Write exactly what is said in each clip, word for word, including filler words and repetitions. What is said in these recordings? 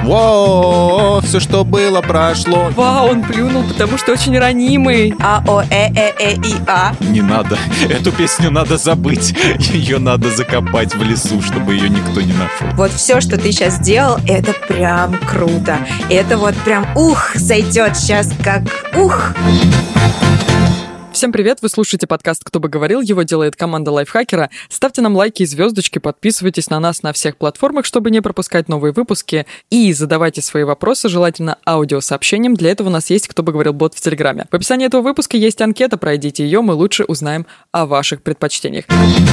Воу, все, что было, прошло. Вау, он плюнул, потому что очень ранимый. А, О, Э, Э, Э, И, А. Не надо. Эту песню надо забыть. Ее надо закопать в лесу, чтобы ее никто не нашел. Вот все, что ты сейчас сделал, это прям круто. Это вот прям ух, зайдет сейчас как ух. Всем привет, вы слушаете подкаст «Кто бы говорил», его делает команда Лайфхакера. Ставьте нам лайки и звездочки, подписывайтесь на нас на всех платформах, чтобы не пропускать новые выпуски, и задавайте свои вопросы, желательно аудиосообщением. Для этого у нас есть «Кто бы говорил» бот в Телеграме. В описании этого выпуска есть анкета, пройдите ее, мы лучше узнаем о ваших предпочтениях.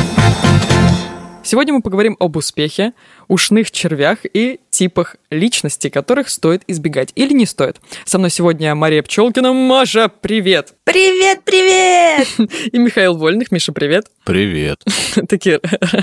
Сегодня мы поговорим об успехе, ушных червях и типах личности, которых стоит избегать или не стоит. Со мной сегодня Мария Пчелкина. Маша, привет! Привет, привет! И Михаил Вольных. Миша, привет! Привет. Такие.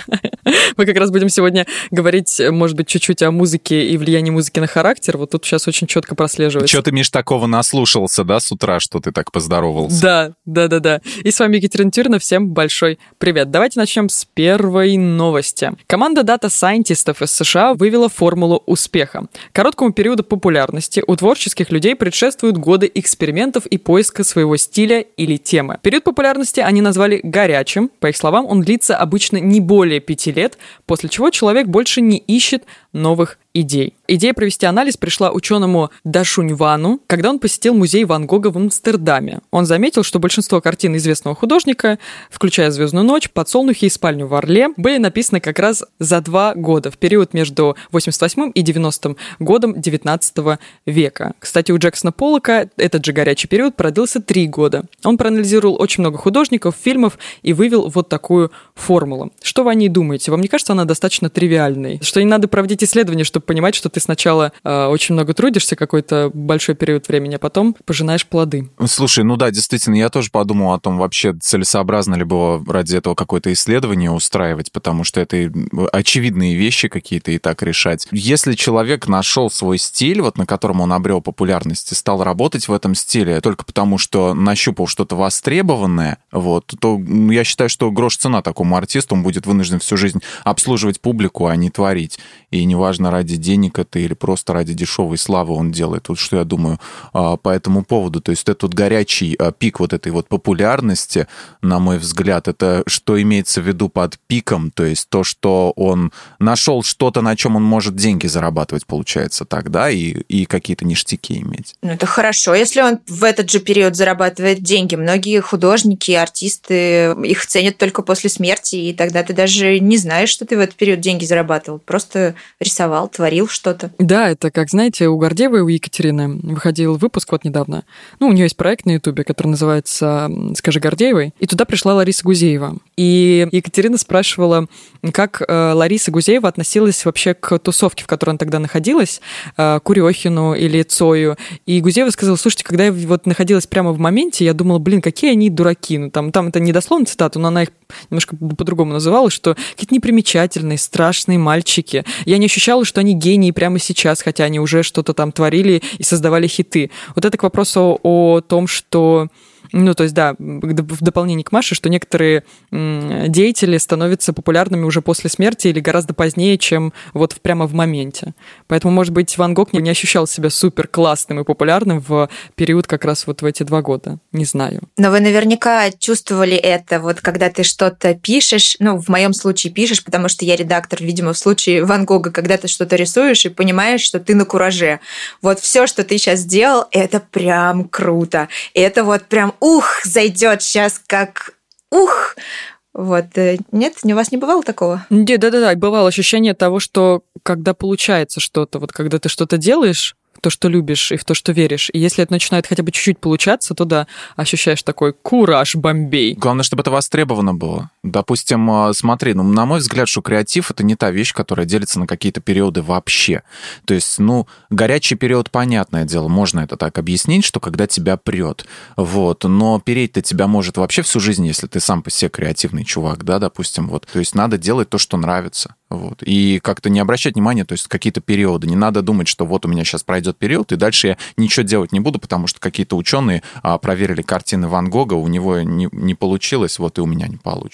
Мы как раз будем сегодня говорить, может быть, чуть-чуть о музыке и влиянии музыки на характер. Вот тут сейчас очень четко прослеживается. Че ты, Миш, такого наслушался, да, с утра, что ты так поздоровался? Да, да, да, да. И с вами Екатерина Тюрина. Всем большой привет. Давайте начнем с первой новости. Команда дата-сайентистов из США вывела формулу успеха. Короткому периоду популярности у творческих людей предшествуют годы экспериментов и поиска своего стиля или темы. Период популярности они назвали горячим. По их словам, он длится обычно не более пяти лет, после чего человек больше не ищет новых идей. Идея провести анализ пришла ученому Дашунь Вану, когда он посетил музей Ван Гога в Амстердаме. Он заметил, что большинство картин известного художника, включая «Звездную ночь», «Подсолнухи» и «Спальню в Орле», были написаны как раз за два года, в период между восемьдесят восьмым и девяностым годом девятнадцатого века. Кстати, у Джексона Поллока этот же горячий период продлился три года. Он проанализировал очень много художников, фильмов и вывел вот такую формулу. Что вы о ней думаете? Вам не кажется она достаточно тривиальной? Что не надо проводить исследования, чтобы понимать, что ты сначала э, очень много трудишься какой-то большой период времени, а потом пожинаешь плоды. Слушай, ну да, действительно, я тоже подумал о том, вообще целесообразно ли было ради этого какое-то исследование устраивать, потому что это очевидные вещи какие-то и так решать. Если человек нашел свой стиль, вот на котором он обрел популярность и стал работать в этом стиле только потому, что нащупал что-то востребованное, вот, то я считаю, что грош цена такому артисту, он будет вынужден всю жизнь обслуживать публику, а не творить. И неважно, ради денег это или просто ради дешевой славы он делает. Вот что я думаю по этому поводу. То есть этот горячий пик вот этой вот популярности, на мой взгляд, это что имеется в виду под пиком, то есть то, что он нашел что-то, на чем он может деньги зарабатывать, получается так, да, и, и какие-то ништяки иметь. Ну, это хорошо, если он в этот же период зарабатывает деньги. Многие художники, артисты, их ценят только после смерти, и тогда ты даже не знаешь, что ты в этот период деньги зарабатывал. Просто рисовал, творил что-то. Да, это как, знаете, у Гордеевой, у Екатерины выходил выпуск вот недавно. Ну, у нее есть проект на Ютубе, который называется «Скажи Гордеевой», и туда пришла Лариса Гузеева. И Екатерина спрашивала, как Лариса Гузеева относилась вообще к тусовке, в которой она тогда находилась, Курехину или Цою. И Гузеева сказала: слушайте, когда я вот находилась прямо в моменте, я думала, блин, какие они дураки. Ну, там, там это не дословно цитата, но она их немножко по-другому называла, что какие-то непримечательные, страшные мальчики. Я не ощущала, что они гении прямо сейчас, хотя они уже что-то там творили и создавали хиты. Вот это к вопросу о том, что... Ну, то есть, да, в дополнение к Маше, что некоторые деятели становятся популярными уже после смерти или гораздо позднее, чем вот прямо в моменте. Поэтому, может быть, Ван Гог не ощущал себя супер классным и популярным в период как раз вот в эти два года. Не знаю. Но вы наверняка чувствовали это, вот когда ты что-то пишешь, ну, в моем случае пишешь, потому что я редактор, видимо, в случае Ван Гога, когда ты что-то рисуешь и понимаешь, что ты на кураже. Вот все, что ты сейчас сделал, это прям круто. Это вот прям ух, зайдет сейчас как ух. Вот. Нет, у вас не бывало такого? Да-да-да, бывало ощущение того, что когда получается что-то, вот когда ты что-то делаешь, в то, что любишь, и в то, что веришь. И если это начинает хотя бы чуть-чуть получаться, то да, ощущаешь такой кураж, Бомбей. Главное, чтобы это востребовано было. Допустим, смотри, ну, на мой взгляд, что креатив — это не та вещь, которая делится на какие-то периоды вообще. То есть, ну, горячий период, понятное дело, можно это так объяснить, что когда тебя прет. Вот. Но переть-то тебя может вообще всю жизнь, если ты сам по себе креативный чувак, да, допустим, вот. То есть надо делать то, что нравится. Вот. И как-то не обращать внимания, то есть какие-то периоды. Не надо думать, что вот у меня сейчас пройдет период, и дальше я ничего делать не буду, потому что какие-то ученые а, проверили картины Ван Гога, у него не, не получилось, вот и у меня не получится.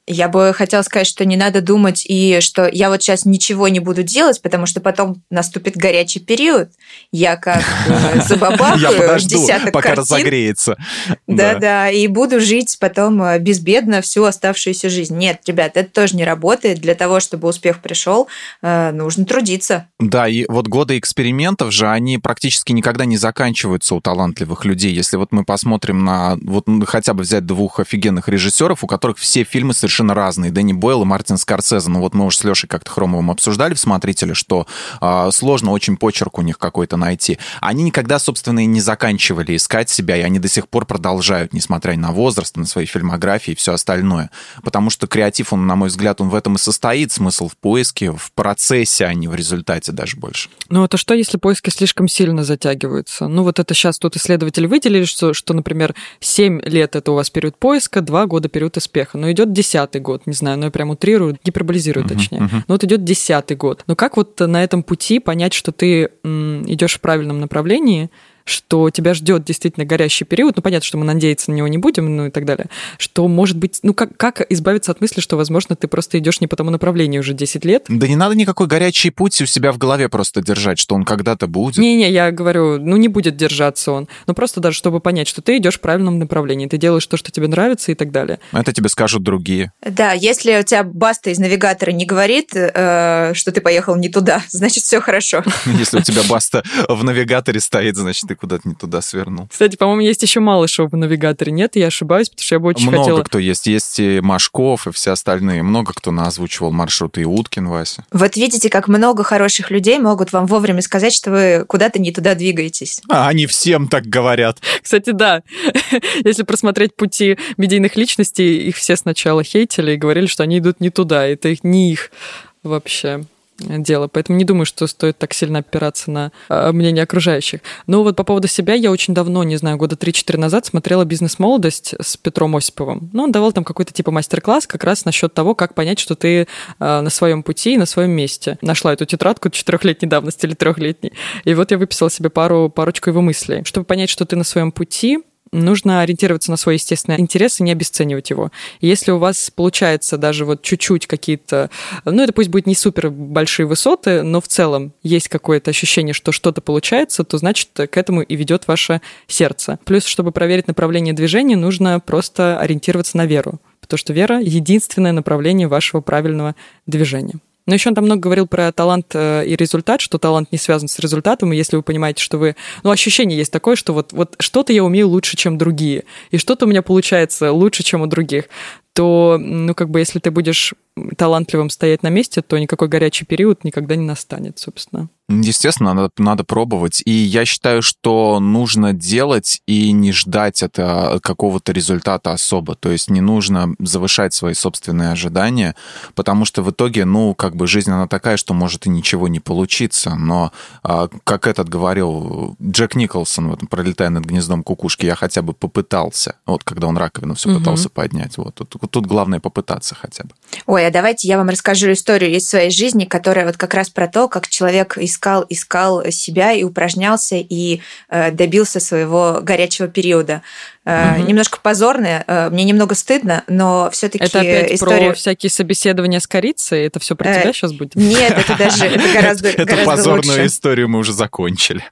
Я бы хотела сказать, что не надо думать, и что я вот сейчас ничего не буду делать, потому что потом наступит горячий период. Я как забабахаю десяток пока картин. разогреется. Да-да, и буду жить потом безбедно всю оставшуюся жизнь. Нет, ребят, это тоже не работает. Для того, чтобы успех пришел, нужно трудиться. Да, и вот годы экспериментов же, они практически никогда не заканчиваются у талантливых людей. Если вот мы посмотрим на, вот хотя бы взять двух офигенных режиссеров, у которых все фильмы совершенно совершенно разные. Дэнни Бойл и Мартин Скорсезе. Ну вот мы уже с Лешей как-то Хромовым обсуждали в «Смотрителе», что э, сложно очень почерк у них какой-то найти. Они никогда, собственно, и не заканчивали искать себя, и они до сих пор продолжают, несмотря на возраст, на свои фильмографии и все остальное. Потому что креатив, он, на мой взгляд, он в этом и состоит. Смысл в поиске, в процессе, а не в результате даже больше. Ну это что, если поиски слишком сильно затягиваются? Ну вот это сейчас тут исследователи выделили, что, что например, семь лет это у вас период поиска, два года период успеха. Но идет десятый год, не знаю, но я прям утрирую, гиперболизирую uh-huh, точнее. Uh-huh. Но вот идет десятый год. Но как вот на этом пути понять, что ты м, идешь в правильном направлении, что тебя ждет действительно горящий период, ну, понятно, что мы надеяться на него не будем, ну, и так далее, что, может быть, ну, как, как избавиться от мысли, что, возможно, ты просто идешь не по тому направлению уже десять лет? Да не надо никакой горячий путь у себя в голове просто держать, что он когда-то будет. Не-не, я говорю, ну, не будет держаться он, но просто даже, чтобы понять, что ты идешь в правильном направлении, ты делаешь то, что тебе нравится и так далее. Это тебе скажут другие. Да, если у тебя Баста из навигатора не говорит, э, что ты поехал не туда, значит, все хорошо. Если у тебя Баста в навигаторе стоит, значит, ты куда-то не туда свернул. Кстати, по-моему, есть еще Малышева в навигаторе. Нет, я ошибаюсь, потому что я бы очень Много хотела... Много кто есть. Есть и Машков, и все остальные. Много кто наозвучивал маршруты. И Уткин Вася. Вот видите, как много хороших людей могут вам вовремя сказать, что вы куда-то не туда двигаетесь. А они всем так говорят. Кстати, да. Если просмотреть пути медийных личностей, их все сначала хейтили и говорили, что они идут не туда. Это их не их вообще дело. Поэтому не думаю, что стоит так сильно опираться на э, мнение окружающих. Но вот по поводу себя я очень давно, не знаю, года три-четыре назад смотрела «Бизнес-молодость» с Петром Осиповым. Ну, он давал там какой-то типа мастер-класс как раз насчет того, как понять, что ты э, на своем пути и на своем месте. Нашла эту тетрадку четырехлетней давности или трехлетней. И вот я выписала себе пару, парочку его мыслей. Чтобы понять, что ты на своем пути, нужно ориентироваться на свой естественный интерес и не обесценивать его. И если у вас получается даже вот чуть-чуть какие-то, ну, это пусть будет не супер большие высоты, но в целом есть какое-то ощущение, что что-то получается, то значит, к этому и ведет ваше сердце. Плюс, чтобы проверить направление движения, нужно просто ориентироваться на веру, потому что вера — единственное направление вашего правильного движения. Но еще он там много говорил про талант и результат, что талант не связан с результатом, и если вы понимаете, что вы... Ну, ощущение есть такое, что вот, вот что-то я умею лучше, чем другие, и что-то у меня получается лучше, чем у других, то, ну, как бы, если ты будешь талантливым стоять на месте, то никакой горячий период никогда не настанет, собственно. Естественно, надо, надо пробовать. И я считаю, что нужно делать и не ждать это какого-то результата особо. То есть не нужно завышать свои собственные ожидания, потому что в итоге, ну, как бы жизнь, она такая, что может и ничего не получиться. Но, как этот говорил Джек Николсон, вот, пролетая над гнездом кукушки, я хотя бы попытался. Вот, когда он раковину все угу. пытался поднять. Вот, тут, тут главное попытаться хотя бы. Ой, а давайте я вам расскажу историю из своей жизни, которая вот как раз про то, как человек искал, искал себя и упражнялся, и э, добился своего горячего периода. Э, угу. Немножко позорная, э, мне немного стыдно, но все-таки это опять история... про всякие собеседования с корицей? Это все про э, тебя сейчас будет? Нет, это даже это гораздо, это гораздо позорную лучше. Историю мы уже закончили.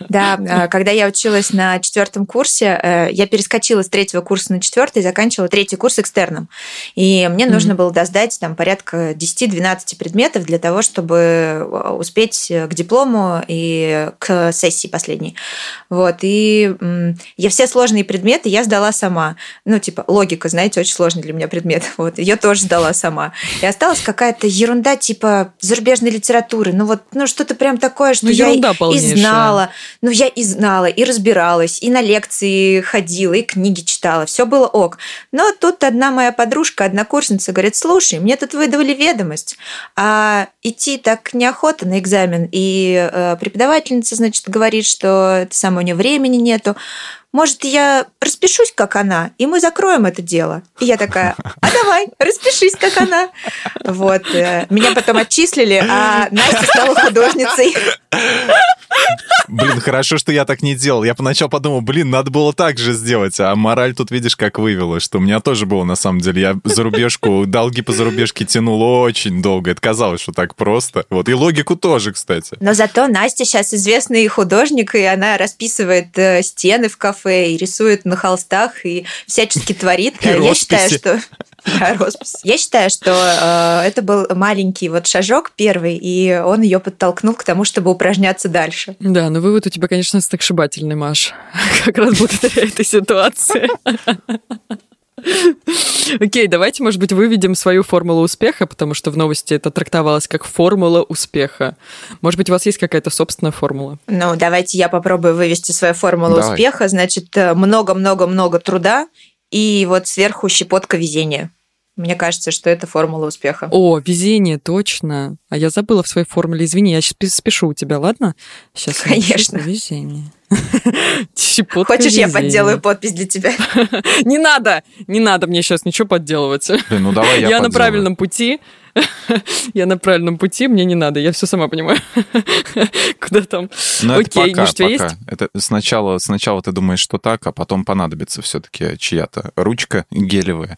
Да, когда я училась на четвертом курсе, я перескочила с третьего курса на четвертый и заканчивала третий курс экстерном. И мне нужно mm-hmm. было досдать там порядка десять-двенадцать предметов для того, чтобы успеть к диплому и к сессии последней. Вот. И я все сложные предметы я сдала сама. Ну, типа, логика, знаете, очень сложный для меня предмет. Вот. Ее тоже сдала сама. И осталась какая-то ерунда типа зарубежной литературы. Ну, вот, ну, что-то прям такое, что ну, я и знала. Ну, я и знала, и разбиралась, и на лекции ходила, и книги читала. Все было ок. Но тут одна моя подружка, однокурсница, говорит: слушай, мне тут выдавали ведомость, а идти так неохота на экзамен. И э, преподавательница, значит, говорит, что это самое, у нее времени нету. Может, я распишусь, как она, и мы закроем это дело. И я такая: а давай, распишись, как она. Вот. Меня потом отчислили, а Настя стала художницей. Блин, хорошо, что я так не делал. Я поначалу подумал, блин, надо было так же сделать. А мораль тут, видишь, как вывела, что у меня тоже было, на самом деле. Я зарубежку, долги по зарубежке тянул очень долго. Это казалось, что так просто. Вот. И логику тоже, кстати. Но зато Настя сейчас известный художник, и она расписывает э, стены в кафе, и рисует на холстах, и всячески творит. И Я росписи. считаю, что... Да, роспись. Я считаю, что э, это был маленький вот шажок первый, и он ее подтолкнул к тому, чтобы упражняться дальше. Да, но вывод у тебя, конечно, сногсшибательный, Маш. Как раз благодаря этой ситуации. Окей, давайте, может быть, выведем свою формулу успеха, потому что в новости это трактовалось как формула успеха. Может быть, у вас есть какая-то собственная формула? Ну, давайте я попробую вывести свою формулу Давай. успеха. Значит, много-много-много труда и вот сверху щепотка везения. Мне кажется, что это формула успеха. О, везение, точно. А я забыла в своей формуле. Извини, я сейчас спешу у тебя, ладно? Сейчас. Конечно. Везение. Щепотка Хочешь, я везения. подделаю подпись для тебя? Не надо! Не надо мне сейчас ничего подделывать. Блин, ну давай я Я на подделаю. правильном пути. Я на правильном пути, мне не надо. Я все сама понимаю. Куда там? Но это Окей, пока, Миш, у тебя пока. есть? Это сначала, сначала ты думаешь, что так, а потом понадобится все-таки чья-то ручка гелевая.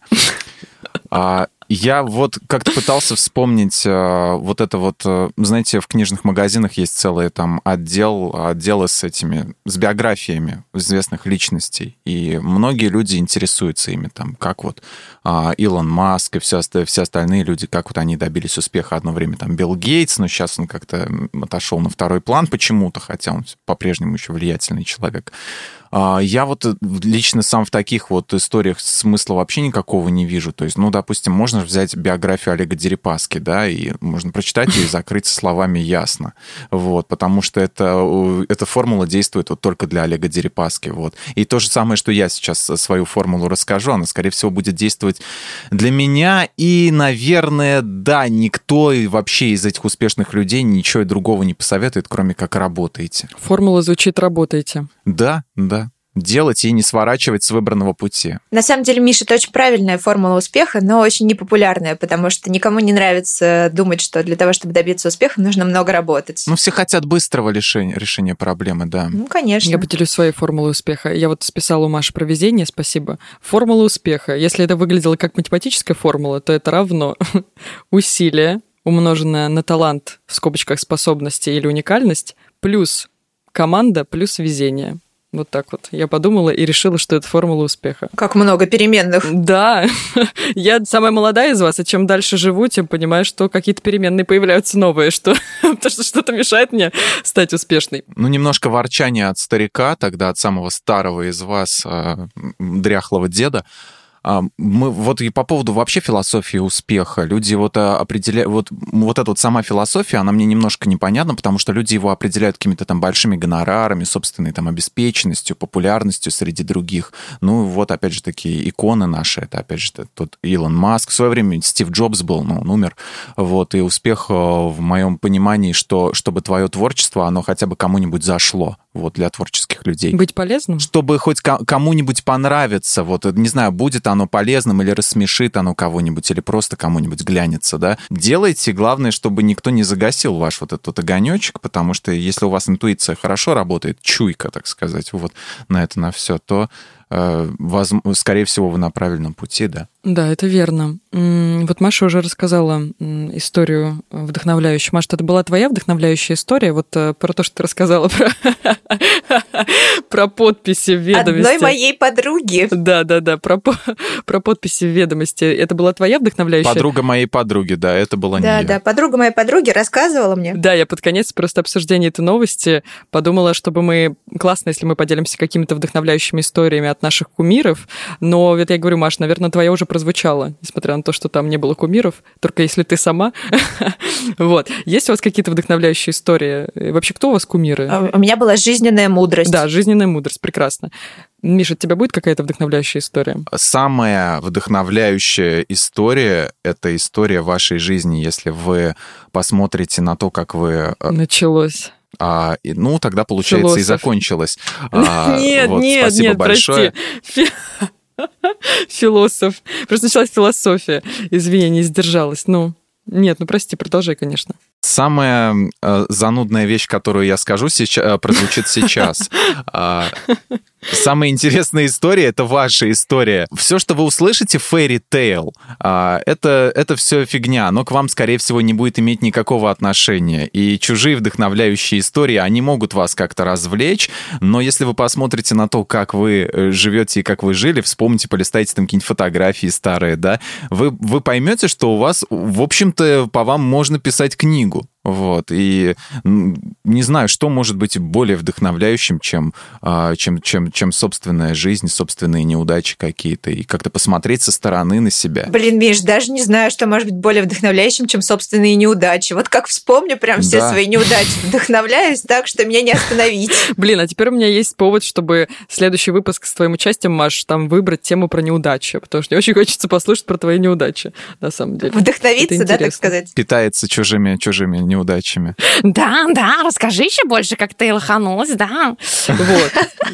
А я вот как-то пытался вспомнить а, вот это вот, а, знаете, в книжных магазинах есть целый там отдел, отделы с этими, с биографиями известных личностей, и многие люди интересуются ими, там, как вот а, Илон Маск и все, все остальные люди, как вот они добились успеха одно время, там, Билл Гейтс, но сейчас он как-то отошел на второй план почему-то, хотя он по-прежнему еще влиятельный человек. Я вот лично сам в таких вот историях смысла вообще никакого не вижу. То есть, ну, допустим, можно взять биографию Олега Дерипаски, да, и можно прочитать ее и закрыть словами «ясно». Вот, потому что это, эта формула действует вот только для Олега Дерипаски. Вот. И то же самое, что я сейчас свою формулу расскажу, она, скорее всего, будет действовать для меня. И, наверное, да, никто вообще из этих успешных людей ничего другого не посоветует, кроме как работаете. Формула звучит «работаете». Да, да. Делать и не сворачивать с выбранного пути. На самом деле, Миша, это очень правильная формула успеха, но очень непопулярная, потому что никому не нравится думать, что для того, чтобы добиться успеха, нужно много работать. Ну, все хотят быстрого решения, решения проблемы, да. Ну, конечно. Я поделюсь своей формулой успеха. Я вот списала у Маши про везение, спасибо. Формула успеха. Если это выглядело как математическая формула, то это равно усилие, умноженное на талант, в скобочках способности или уникальность, плюс команда, плюс везение. Вот так вот. Я подумала и решила, что это формула успеха. Как много переменных. Да. Я самая молодая из вас, и чем дальше живу, тем понимаю, что какие-то переменные появляются новые, что... потому что что-то мешает мне стать успешной. Ну, немножко ворчания от старика, тогда от самого старого из вас, э, дряхлого деда. Мы вот и по поводу вообще философии успеха. Люди вот определяют... Вот, вот эта вот сама философия, она мне немножко непонятна, потому что люди его определяют какими-то там большими гонорарами, собственной там обеспеченностью, популярностью среди других. Ну, вот опять же такие иконы наши. Это опять же тот Илон Маск. В свое время Стив Джобс был, но он умер. Вот, и успех в моем понимании, что чтобы твое творчество, оно хотя бы кому-нибудь зашло. Вот, для творческих людей. Быть полезным? Чтобы хоть кому-нибудь понравится, вот, не знаю, будет оно полезным или рассмешит оно кого-нибудь, или просто кому-нибудь глянется, да. Делайте, главное, чтобы никто не загасил ваш вот этот огонечек, потому что если у вас интуиция хорошо работает, чуйка, так сказать, вот на это, на все, то, э, воз... скорее всего, вы на правильном пути, да. Да, это верно. Вот Маша уже рассказала историю вдохновляющую. Маша, это была твоя вдохновляющая история? Вот про то, что ты рассказала про, про подписи в ведомости. Одной моей подруги. Да, да, да, про, про подписи в ведомости. Это была твоя вдохновляющая? Подруга моей подруги, да, это была да, не я. Да, да, подруга моей подруги рассказывала мне. Да, я под конец просто обсуждения этой новости подумала, чтобы мы... Классно, если мы поделимся какими-то вдохновляющими историями от наших кумиров, но вот я говорю, Маш, наверное, твоя уже прозвучало, несмотря на то, что там не было кумиров, только если ты сама. Вот. Есть у вас какие-то вдохновляющие истории? Вообще, кто у вас кумиры? У меня была жизненная мудрость. Да, жизненная мудрость, прекрасно. Миша, у тебя будет какая-то вдохновляющая история? Самая вдохновляющая история — это история вашей жизни, если вы посмотрите на то, как вы... Началось. А, ну, тогда, получается, Философ. И закончилось. А, нет, вот, нет, спасибо нет, большое. прости. Философ. Просто началась философия. Извини, не сдержалась. Ну, нет, ну прости, продолжай, конечно. Самая э, занудная вещь, которую я скажу, сейчас, прозвучит сейчас. Самая интересная история — это ваша история. Все, что вы услышите, fairy tale, это, это все фигня. Оно к вам, скорее всего, не будет иметь никакого отношения. И чужие вдохновляющие истории, они могут вас как-то развлечь, но если вы посмотрите на то, как вы живете и как вы жили, вспомните, полистайте там какие-нибудь фотографии старые, да, вы, вы поймете, что у вас, в общем-то, по вам можно писать книгу. Вот, и не знаю, что может быть более вдохновляющим, чем, чем, чем, чем собственная жизнь, собственные неудачи какие-то, и как-то посмотреть со стороны на себя. Блин, Миш, даже не знаю, что может быть более вдохновляющим, чем собственные неудачи. Вот как вспомню прям все да. свои неудачи, вдохновляюсь так, что меня не остановить. Блин, а теперь у меня есть повод, чтобы следующий выпуск с твоим участием, Маш, там выбрать тему про неудачи, потому что мне очень хочется послушать про твои неудачи, на самом деле. Вдохновиться, да, так сказать? Питается чужими, чужими неудачами. неудачами. Да, да, расскажи еще больше, как ты лоханулась, да. Вот.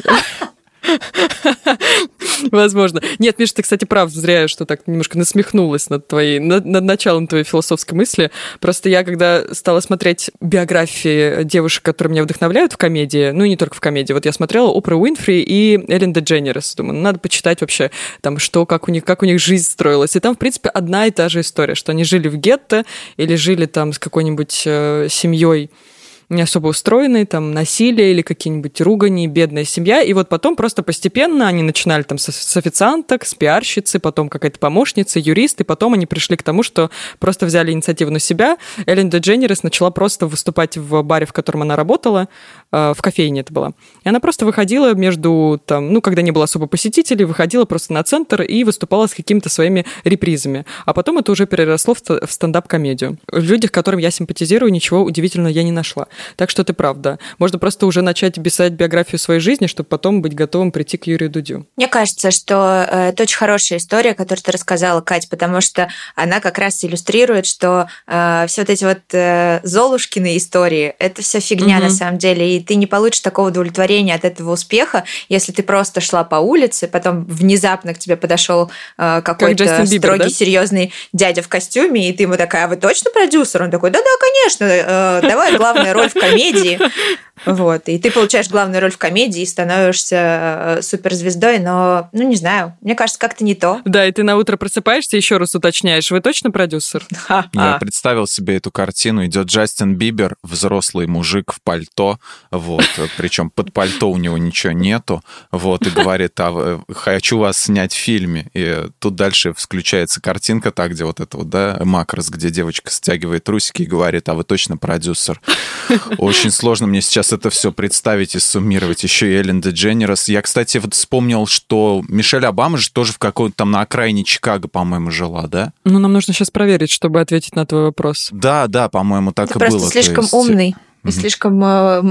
Возможно. Нет, Миша, ты, кстати, прав, зря, что так немножко насмехнулась над, твоей, над, над началом твоей философской мысли. Просто я, когда стала смотреть биографии девушек, которые меня вдохновляют в комедии, ну и не только в комедии, вот я смотрела Опра Уинфри и Эллен Дедженерес. Думаю, ну, надо почитать вообще, там, что, как у них, как у них жизнь строилась. И там, в принципе, одна и та же история, что они жили в гетто или жили там с какой-нибудь э, семьей, не особо устроенные, там, насилие или какие-нибудь ругани, бедная семья. И вот потом просто постепенно они начинали там с, с официанток, с пиарщицы, потом какая-то помощница, юрист, и потом они пришли к тому, что просто взяли инициативу на себя. Эллен Дедженерес начала просто выступать в баре, в котором она работала, в кофейне это было. И она просто выходила между, там, ну, когда не было особо посетителей, выходила просто на центр и выступала с какими-то своими репризами. А потом это уже переросло в стендап-комедию. В людях, которым я симпатизирую, ничего удивительного я не нашла. Так что ты прав, да. Можно просто уже начать писать биографию своей жизни, чтобы потом быть готовым прийти к Юрию Дудю. Мне кажется, что это очень хорошая история, которую ты рассказала, Кать, потому что она как раз иллюстрирует, что э, все вот эти вот э, Золушкины истории, это все фигня угу. на самом деле, и ты не получишь такого удовлетворения от этого успеха, если ты просто шла по улице, потом внезапно к тебе подошел э, какой-то как строгий, Бибер, да? серьезный дядя в костюме, и ты ему такая: а вы точно продюсер? Он такой: да-да, конечно, э, давай главная роль в комедии. Вот. И ты получаешь главную роль в комедии и становишься суперзвездой, но, ну, не знаю, мне кажется, как-то не то. Да, и ты на утро просыпаешься и еще раз уточняешь: вы точно продюсер? Я представил себе эту картину. Идет Джастин Бибер, взрослый мужик в пальто, вот, причем под пальто у него ничего нету, вот, и говорит: а хочу вас снять в фильме. И тут дальше включается картинка, так, где вот это вот, да, макрос, где девочка стягивает трусики и говорит: а вы точно продюсер? Очень сложно мне сейчас это все представить и суммировать. Еще и Эллен Дедженерес. Я, кстати, вот вспомнил, что Мишель Обама же тоже в какой-то там на окраине Чикаго, по-моему, жила, да? Ну, нам нужно сейчас проверить, чтобы ответить на твой вопрос. Да, да, по-моему, так Ты и было. Ты просто слишком есть... умный. Mm-hmm. И слишком,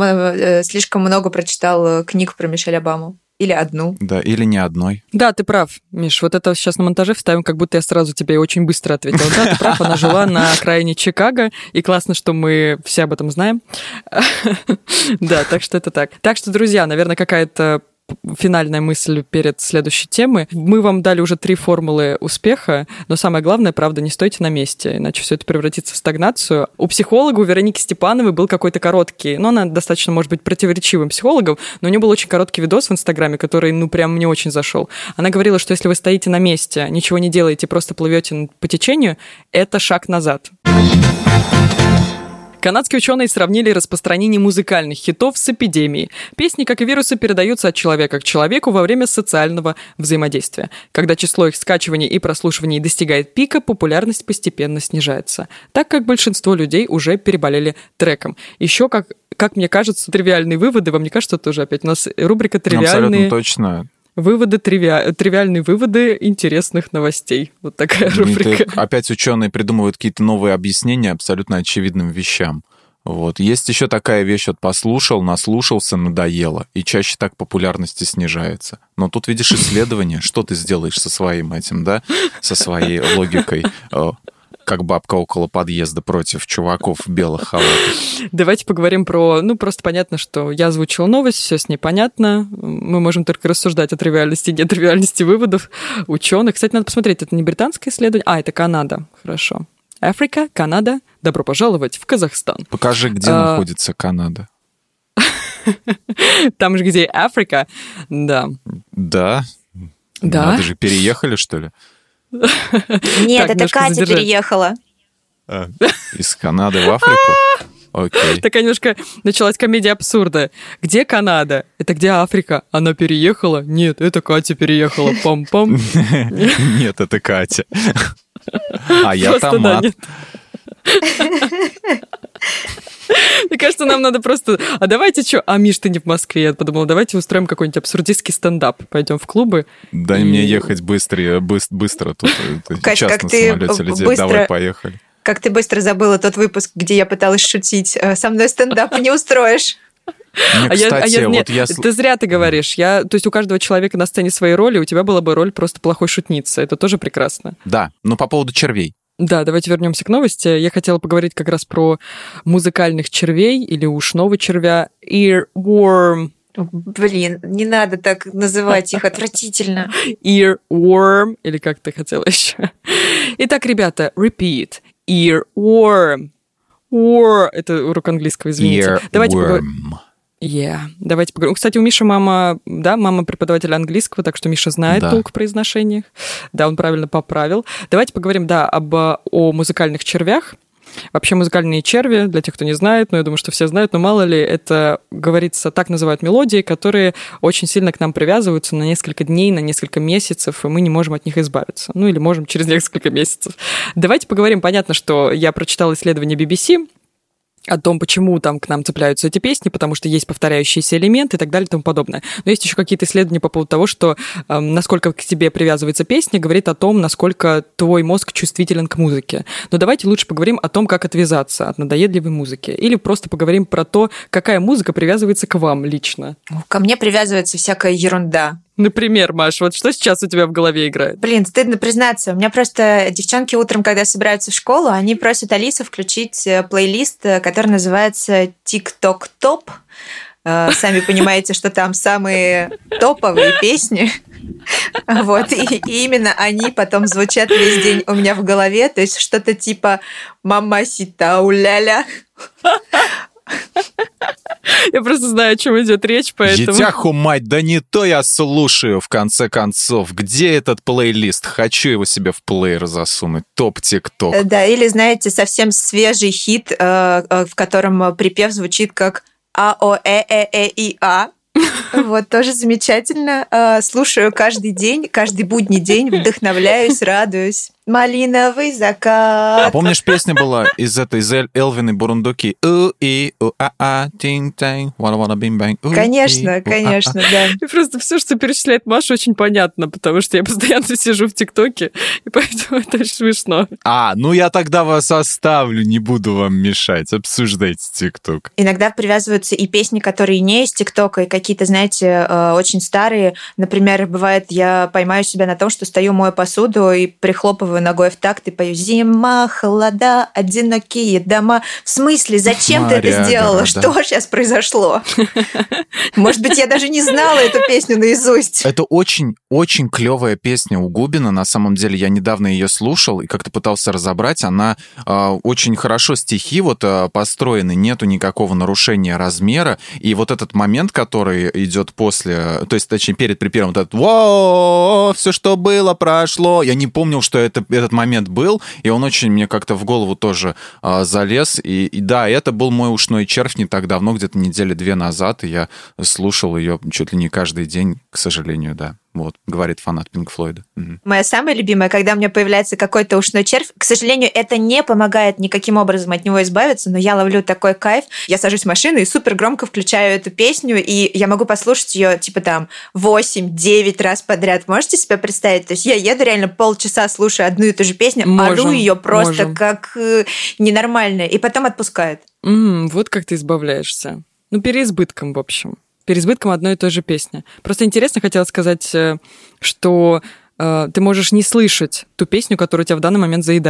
э, слишком много прочитал книг про Мишель Обаму. Или одну. Да, или не одной. Да, ты прав, Миш. Вот это сейчас на монтаже вставим, как будто я сразу тебе очень быстро ответила. Да, ты прав, она жила на окраине Чикаго, и классно, что мы все об этом знаем. Да, так что это так. Так что, друзья, наверное, какая-то финальная мысль перед следующей темой. Мы вам дали уже три формулы успеха, но самое главное, правда, не стойте на месте, иначе все это превратится в стагнацию. У психолога, у Вероники Степановой был какой-то короткий, ну, она достаточно, может быть, противоречивым психологом, но у нее был очень короткий видос в Инстаграме, который, ну, прям мне очень зашел. Она говорила, что если вы стоите на месте, ничего не делаете, просто плывете по течению, это шаг назад. Канадские ученые сравнили распространение музыкальных хитов с эпидемией. Песни, как и вирусы, передаются от человека к человеку во время социального взаимодействия. Когда число их скачиваний и прослушиваний достигает пика, популярность постепенно снижается, так как большинство людей уже переболели треком. Еще, как, как мне кажется, тривиальные выводы. Вам не кажется, тоже опять у нас рубрика «Тривиальные...» Абсолютно точно. Выводы, триви... тривиальные выводы интересных новостей. Вот такая рубрика. Это опять ученые придумывают какие-то новые объяснения абсолютно очевидным вещам. Вот. Есть еще такая вещь: вот послушал, наслушался, надоело. И чаще так популярность снижается. Но тут видишь исследование, что ты сделаешь со своим этим, да? Со своей логикой. Как бабка около подъезда против чуваков в белых халатах. Давайте поговорим про... Ну, просто понятно, что я озвучила новость, все с ней понятно. Мы можем только рассуждать о тривиальности и нетривиальности выводов ученых. Кстати, надо посмотреть, это не британское исследование, а, это Канада. Хорошо. Африка, Канада, добро пожаловать в Казахстан. Покажи, где а... находится Канада. Там же, где Африка, да. Да? Да. Надо же, переехали, что ли? Нет, это Катя переехала. Из Канады в Африку? Окей. Такая немножко началась комедия абсурда. Где Канада? Это где Африка? Она переехала? Нет, это Катя переехала. Пам-пам. Нет, это Катя. А я томат. Мне кажется, нам надо просто... А давайте что? А, Миш, ты не в Москве. Я подумала, давайте устроим какой-нибудь абсурдистский стендап. Пойдем в клубы. Дай и... мне ехать быстрее, быстро, быстро тут. Кать, сейчас как на ты самолете лететь. быстро... Давай, поехали. Как ты быстро забыла тот выпуск, где я пыталась шутить. Со мной стендап не устроишь. Мне, а кстати, я, а я, вот нет, я... Ты зря ты говоришь. Я, то есть у каждого человека на сцене свои роли, у тебя была бы роль просто плохой шутницы. Это тоже прекрасно. Да, но по поводу червей. Да, давайте вернемся к новости. Я хотела поговорить как раз про музыкальных червей или ушного червя. Earworm. Блин, не надо так называть их, отвратительно. Earworm, или как ты хотела еще. Итак, ребята, repeat. Earworm. War. Это урок английского, извините. Earworm. Давайте поговорим. Yeah. Давайте поговорим. Кстати, у Миши мама, да, мама преподаватель английского, так что Миша знает да. толк в произношениях. Да, он правильно поправил. Давайте поговорим, да, об, о музыкальных червях. Вообще музыкальные черви, для тех, кто не знает, но я думаю, что все знают, но мало ли, это, говорится, так называют мелодии, которые очень сильно к нам привязываются на несколько дней, на несколько месяцев, и мы не можем от них избавиться. Ну или можем через несколько месяцев. Давайте поговорим. Понятно, что я прочитала исследование би би си о том, почему там к нам цепляются эти песни, потому что есть повторяющиеся элементы и так далее и тому подобное. Но есть еще какие-то исследования по поводу того, что э, насколько к тебе привязывается песня, говорит о том, насколько твой мозг чувствителен к музыке. Но давайте лучше поговорим о том, как отвязаться от надоедливой музыки. Или просто поговорим про то, какая музыка привязывается к вам лично. Ко мне привязывается всякая ерунда. Например, Маш, вот что сейчас у тебя в голове играет? Блин, стыдно признаться. У меня просто девчонки утром, когда собираются в школу, они просят Алису включить плейлист, который называется «Тик-ток топ». Сами понимаете, что там самые топовые песни. Вот, и, и именно они потом звучат весь день у меня в голове. То есть что-то типа «Мамасита уля-ля». Я просто знаю, о чем идет речь, поэтому... Етяху, мать, да не то я слушаю, в конце концов. Где этот плейлист? Хочу его себе в плеер засунуть. Топ-тик-ток. Да, или, знаете, совсем свежий хит, в котором припев звучит как «А-О-Э-Э-Э-И-А». Вот, тоже замечательно. Слушаю каждый день, каждый будний день, вдохновляюсь, радуюсь. Малиновый закат. А помнишь, песня была из этой, из Элвин и Бурундуки? У-и, у-а-а, тинг-танг, вана-вана-бим-бэнг. Конечно, конечно, да. И просто все, что перечисляет Маша, очень понятно, потому что я постоянно сижу в ТикТоке, и поэтому это очень смешно. А, ну я тогда вас оставлю, не буду вам мешать. Обсуждайте ТикТок. Иногда привязываются и песни, которые не из ТикТока, и какие-то, знаете, очень старые. Например, бывает, я поймаю себя на том, что стою, мою посуду и прихлопываю ногой в такт и пою «Зима, холода, одинокие дома». В смысле, зачем Моря, ты это сделала? города. Что сейчас произошло? Может быть, я даже не знала эту песню наизусть. Это очень-очень клевая песня у Губина. На самом деле, я недавно ее слушал и как-то пытался разобрать. Она э, очень хорошо стихи вот э, построены, нету никакого нарушения размера. И вот этот момент, который идет после, то есть, точнее, перед припевом, вот этот «Во, все, что было, прошло». Я не помнил, что это этот момент был, и он очень мне как-то в голову тоже а, залез. И, и да, это был мой ушной червь не так давно, где-то недели две назад, и я слушал ее чуть ли не каждый день, к сожалению, да. Вот, говорит фанат Пинк Флойда. Угу. Моя самая любимая, когда у меня появляется какой-то ушной червь, к сожалению, это не помогает никаким образом от него избавиться, но я ловлю такой кайф. Я сажусь в машину и супер громко включаю эту песню, и я могу послушать ее типа там восемь-девять раз подряд. Можете себе представить? То есть я еду реально полчаса, слушаю одну и ту же песню, можем, ору ее просто можем. как э, ненормальная, и потом отпускает. Mm, вот как ты избавляешься. Ну, переизбытком, в общем. Переизбытком одной и той же песни. Просто интересно, хотела сказать, что э, ты можешь не слышать ту песню, которая тебя в данный момент заедает.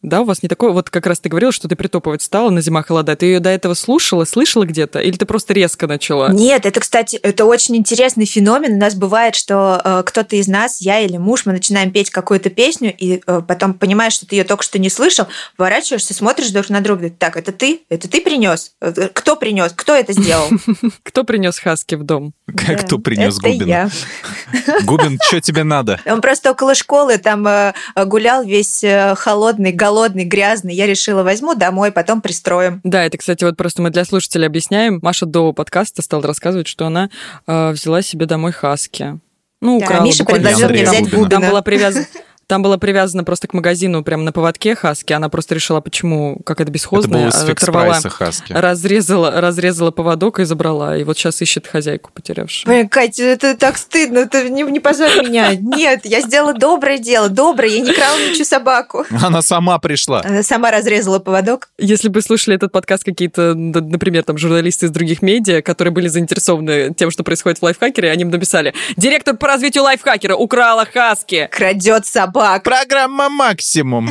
да? У вас не такое... Вот как раз ты говорила, что ты притопывать стала, на зима холода. Ты ее до этого слушала, слышала где-то? Или ты просто резко начала? Нет, это, кстати, это очень интересный феномен. У нас бывает, что э, кто-то из нас, я или муж, мы начинаем петь какую-то песню, и э, потом понимаешь, что ты ее только что не слышал, поворачиваешься, смотришь друг на друга, так, это ты? Это ты принес? Кто принес? Кто это сделал? Кто принес хаски в дом? Кто принес Это Губина? я. Губин, что тебе надо? Он просто около школы там э, гулял весь э, холодный, голодный, грязный. Я решила, возьму домой, потом пристроим. Да, это, кстати, вот просто мы для слушателей объясняем. Маша до подкаста стала рассказывать, что она э, взяла себе домой хаски. Ну, Да, украла Миша буквально. предложил мне Андрея взять Губина. Там Губина. была привязана... Там была привязана просто к магазину прямо на поводке хаски. Она просто решила, почему, как это Это бесхозное, было с оторвала, фикс-прайса хаски. разрезала, разрезала поводок и забрала. И вот сейчас ищет хозяйку, потерявшую. Ой, Катя, это так стыдно, это не, не позорь меня. Нет, я сделала доброе дело, доброе, я не крала ничью собаку. Она сама пришла. Она сама разрезала поводок. Если бы слушали этот подкаст какие-то, д- например, там журналисты из других медиа, которые были заинтересованы тем, что происходит в лайфхакере, они бы написали: «Директор по развитию лайфхакера украла хаски». Крадет собак. Программа «Максимум».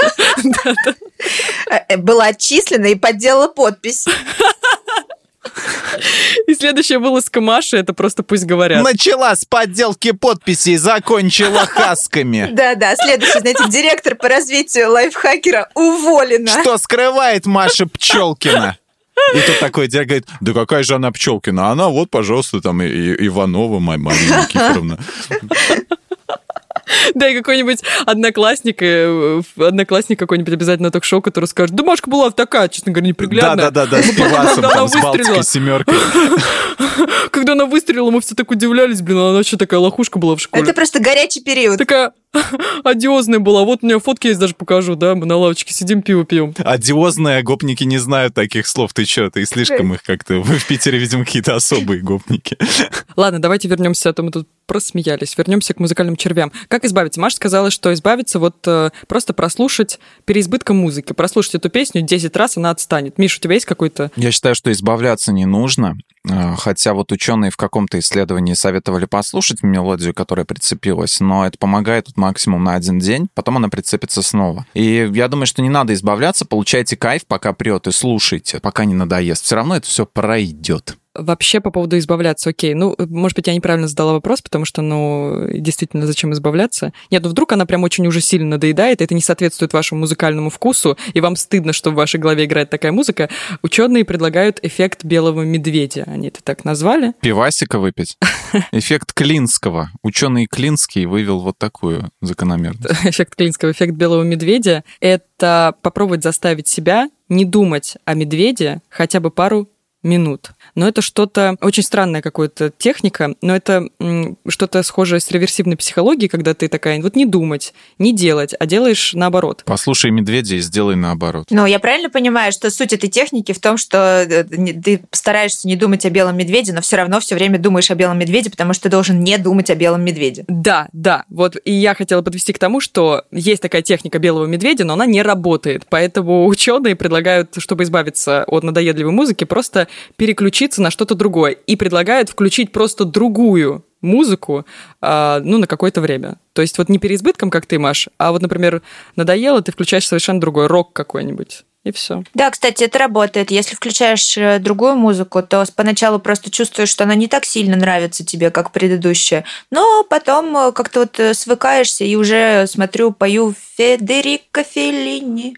Была отчислена и подделала подпись. И следующая вылазка Маши — это просто пусть говорят. Начала с подделки подписей, закончила хасками. Да-да, следующий, знаете, директор по развитию лайфхакера уволена. Что скрывает Маша Пчелкина? И тут такой дядя говорит: да какая же она Пчелкина? Она вот, пожалуйста, там и- и- Иванова, моя Марина Никифоровна. Да, и какой-нибудь одноклассник, э, одноклассник какой-нибудь обязательно ток-шоу, который скажет: да Машка была такая, честно говоря, неприглядная. Да-да-да, с пивасом, Когда она там, с выстрелила. балтской семеркой. Когда она выстрелила, мы все так удивлялись, блин, она вообще такая лохушка была в школе. Это просто горячий период. Такая одиозная была. Вот у нее фотки есть, даже покажу, да, мы на лавочке сидим, пиво пьем. Одиозные гопники не знают таких слов. Ты что, ты слишком их как-то... Вы в Питере, видимо, какие-то особые гопники. Ладно, давайте вернемся, а то мы тут просмеялись. Вернемся к музыкальным червям. Как избавиться? Маша сказала, что избавиться вот э, просто прослушать переизбытком музыки. Прослушать эту песню десять раз, она отстанет. Миш, у тебя есть какой-то... Я считаю, что избавляться не нужно. э, Хотя вот ученые в каком-то исследовании советовали послушать мелодию, которая прицепилась, но это помогает вот максимум на один день, потом она прицепится снова. И я думаю, что не надо избавляться, получайте кайф, пока прет, и слушайте, пока не надоест. Все равно это все пройдет. Вообще по поводу избавляться, окей. Ну, может быть, я неправильно задала вопрос, потому что, ну, действительно, зачем избавляться? Нет, ну вдруг она прям очень уже сильно надоедает, и это не соответствует вашему музыкальному вкусу, и вам стыдно, что в вашей голове играет такая музыка. Ученые предлагают эффект белого медведя. Они это так назвали. Пивасика выпить. Эффект Клинского. Ученый Клинский вывел вот такую закономерность. Эффект Клинского, эффект белого медведя — это попробовать заставить себя не думать о медведе хотя бы пару минут. Но это что-то очень странная какая-то техника, но это м, что-то схожее с реверсивной психологией, когда ты такая, вот не думать, не делать, а делаешь наоборот. Послушай медведя и сделай наоборот. Ну, я правильно понимаю, что суть этой техники в том, что ты стараешься не думать о белом медведе, но все равно все время думаешь о белом медведе, потому что ты должен не думать о белом медведе. Да, да. Вот и я хотела подвести к тому, что есть такая техника белого медведя, но она не работает. Поэтому ученые предлагают, чтобы избавиться от надоедливой музыки, просто переключиться на что-то другое. И предлагают включить просто другую музыку, а, ну, на какое-то время. То есть вот не переизбытком, как ты, Маш, а вот, например, надоело, ты включаешь совершенно другой рок какой-нибудь. И все. Да, кстати, это работает. Если включаешь другую музыку, то поначалу просто чувствуешь, что она не так сильно нравится тебе, как предыдущая. Но потом как-то вот свыкаешься и уже, смотрю, пою Федерико Феллини.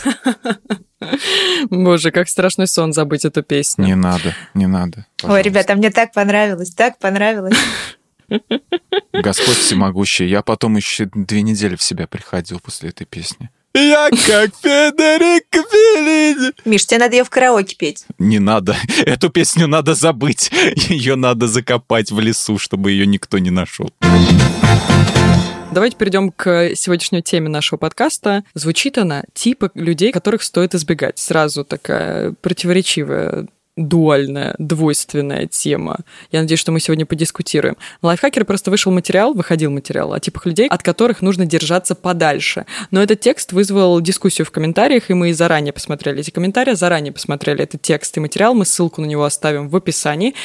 Боже, как страшный сон забыть эту песню. Не надо, не надо. Ой, пожалуйста. ребята, мне так понравилось, так понравилось. Господь всемогущий. Я потом еще две недели в себя приходил после этой песни. Я как Федерико Феллини. Миш, тебе надо ее в караоке петь. Не надо. Эту песню надо забыть. Ее надо закопать в лесу, чтобы ее никто не нашел. Давайте перейдем к сегодняшней теме нашего подкаста. Звучит она типа людей, которых стоит избегать. Сразу такая противоречивая, дуальная, двойственная тема. Я надеюсь, что мы сегодня подискутируем. На Лайфхакере просто вышел материал, выходил материал о типах людей, от которых нужно держаться подальше. Но этот текст вызвал дискуссию в комментариях, и мы заранее посмотрели эти комментарии, заранее посмотрели этот текст и материал. Мы ссылку на него оставим в описании.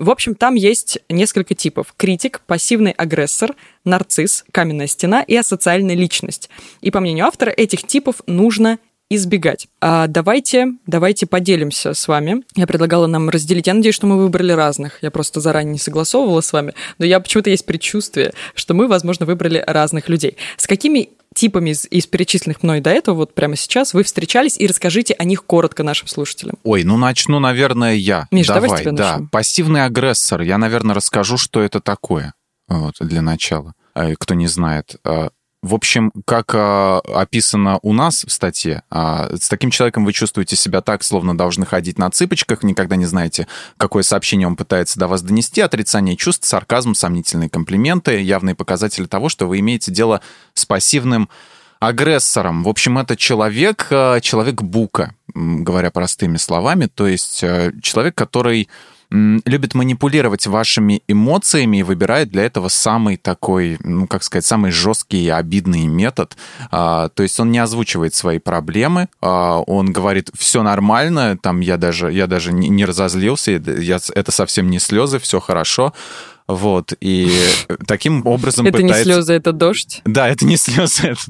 В общем, там есть несколько типов. Критик, пассивный агрессор, нарцисс, каменная стена и асоциальная личность. И по мнению автора, этих типов нужно избегать. А давайте, давайте поделимся с вами. Я предлагала нам разделить. Я надеюсь, что мы выбрали разных. Я просто заранее не согласовывала с вами. Но я почему-то есть предчувствие, что мы, возможно, выбрали разных людей. С какими типами из, из перечисленных мной до этого, вот прямо сейчас, вы встречались, и расскажите о них коротко нашим слушателям. Ой, ну начну, наверное, я. Миш, давай, давай с тебя да. начнем. Пассивный агрессор. Я, наверное, расскажу, что это такое. Вот, для начала. Кто не знает. В общем, как а, описано у нас в статье, а, с таким человеком вы чувствуете себя так, словно должны ходить на цыпочках, никогда не знаете, какое сообщение он пытается до вас донести, отрицание чувств, сарказм, сомнительные комплименты, явные показатели того, что вы имеете дело с пассивным агрессором. В общем, это человек, человек бука, говоря простыми словами, то есть человек, который любит манипулировать вашими эмоциями и выбирает для этого самый такой, ну, как сказать, самый жесткий и обидный метод. А, то есть он не озвучивает свои проблемы, а, он говорит, все нормально, там я даже, я даже не, не разозлился, я, это совсем не слезы, все хорошо. Вот, и таким образом это пытается... Это не слезы, это дождь? Да, это не слезы, это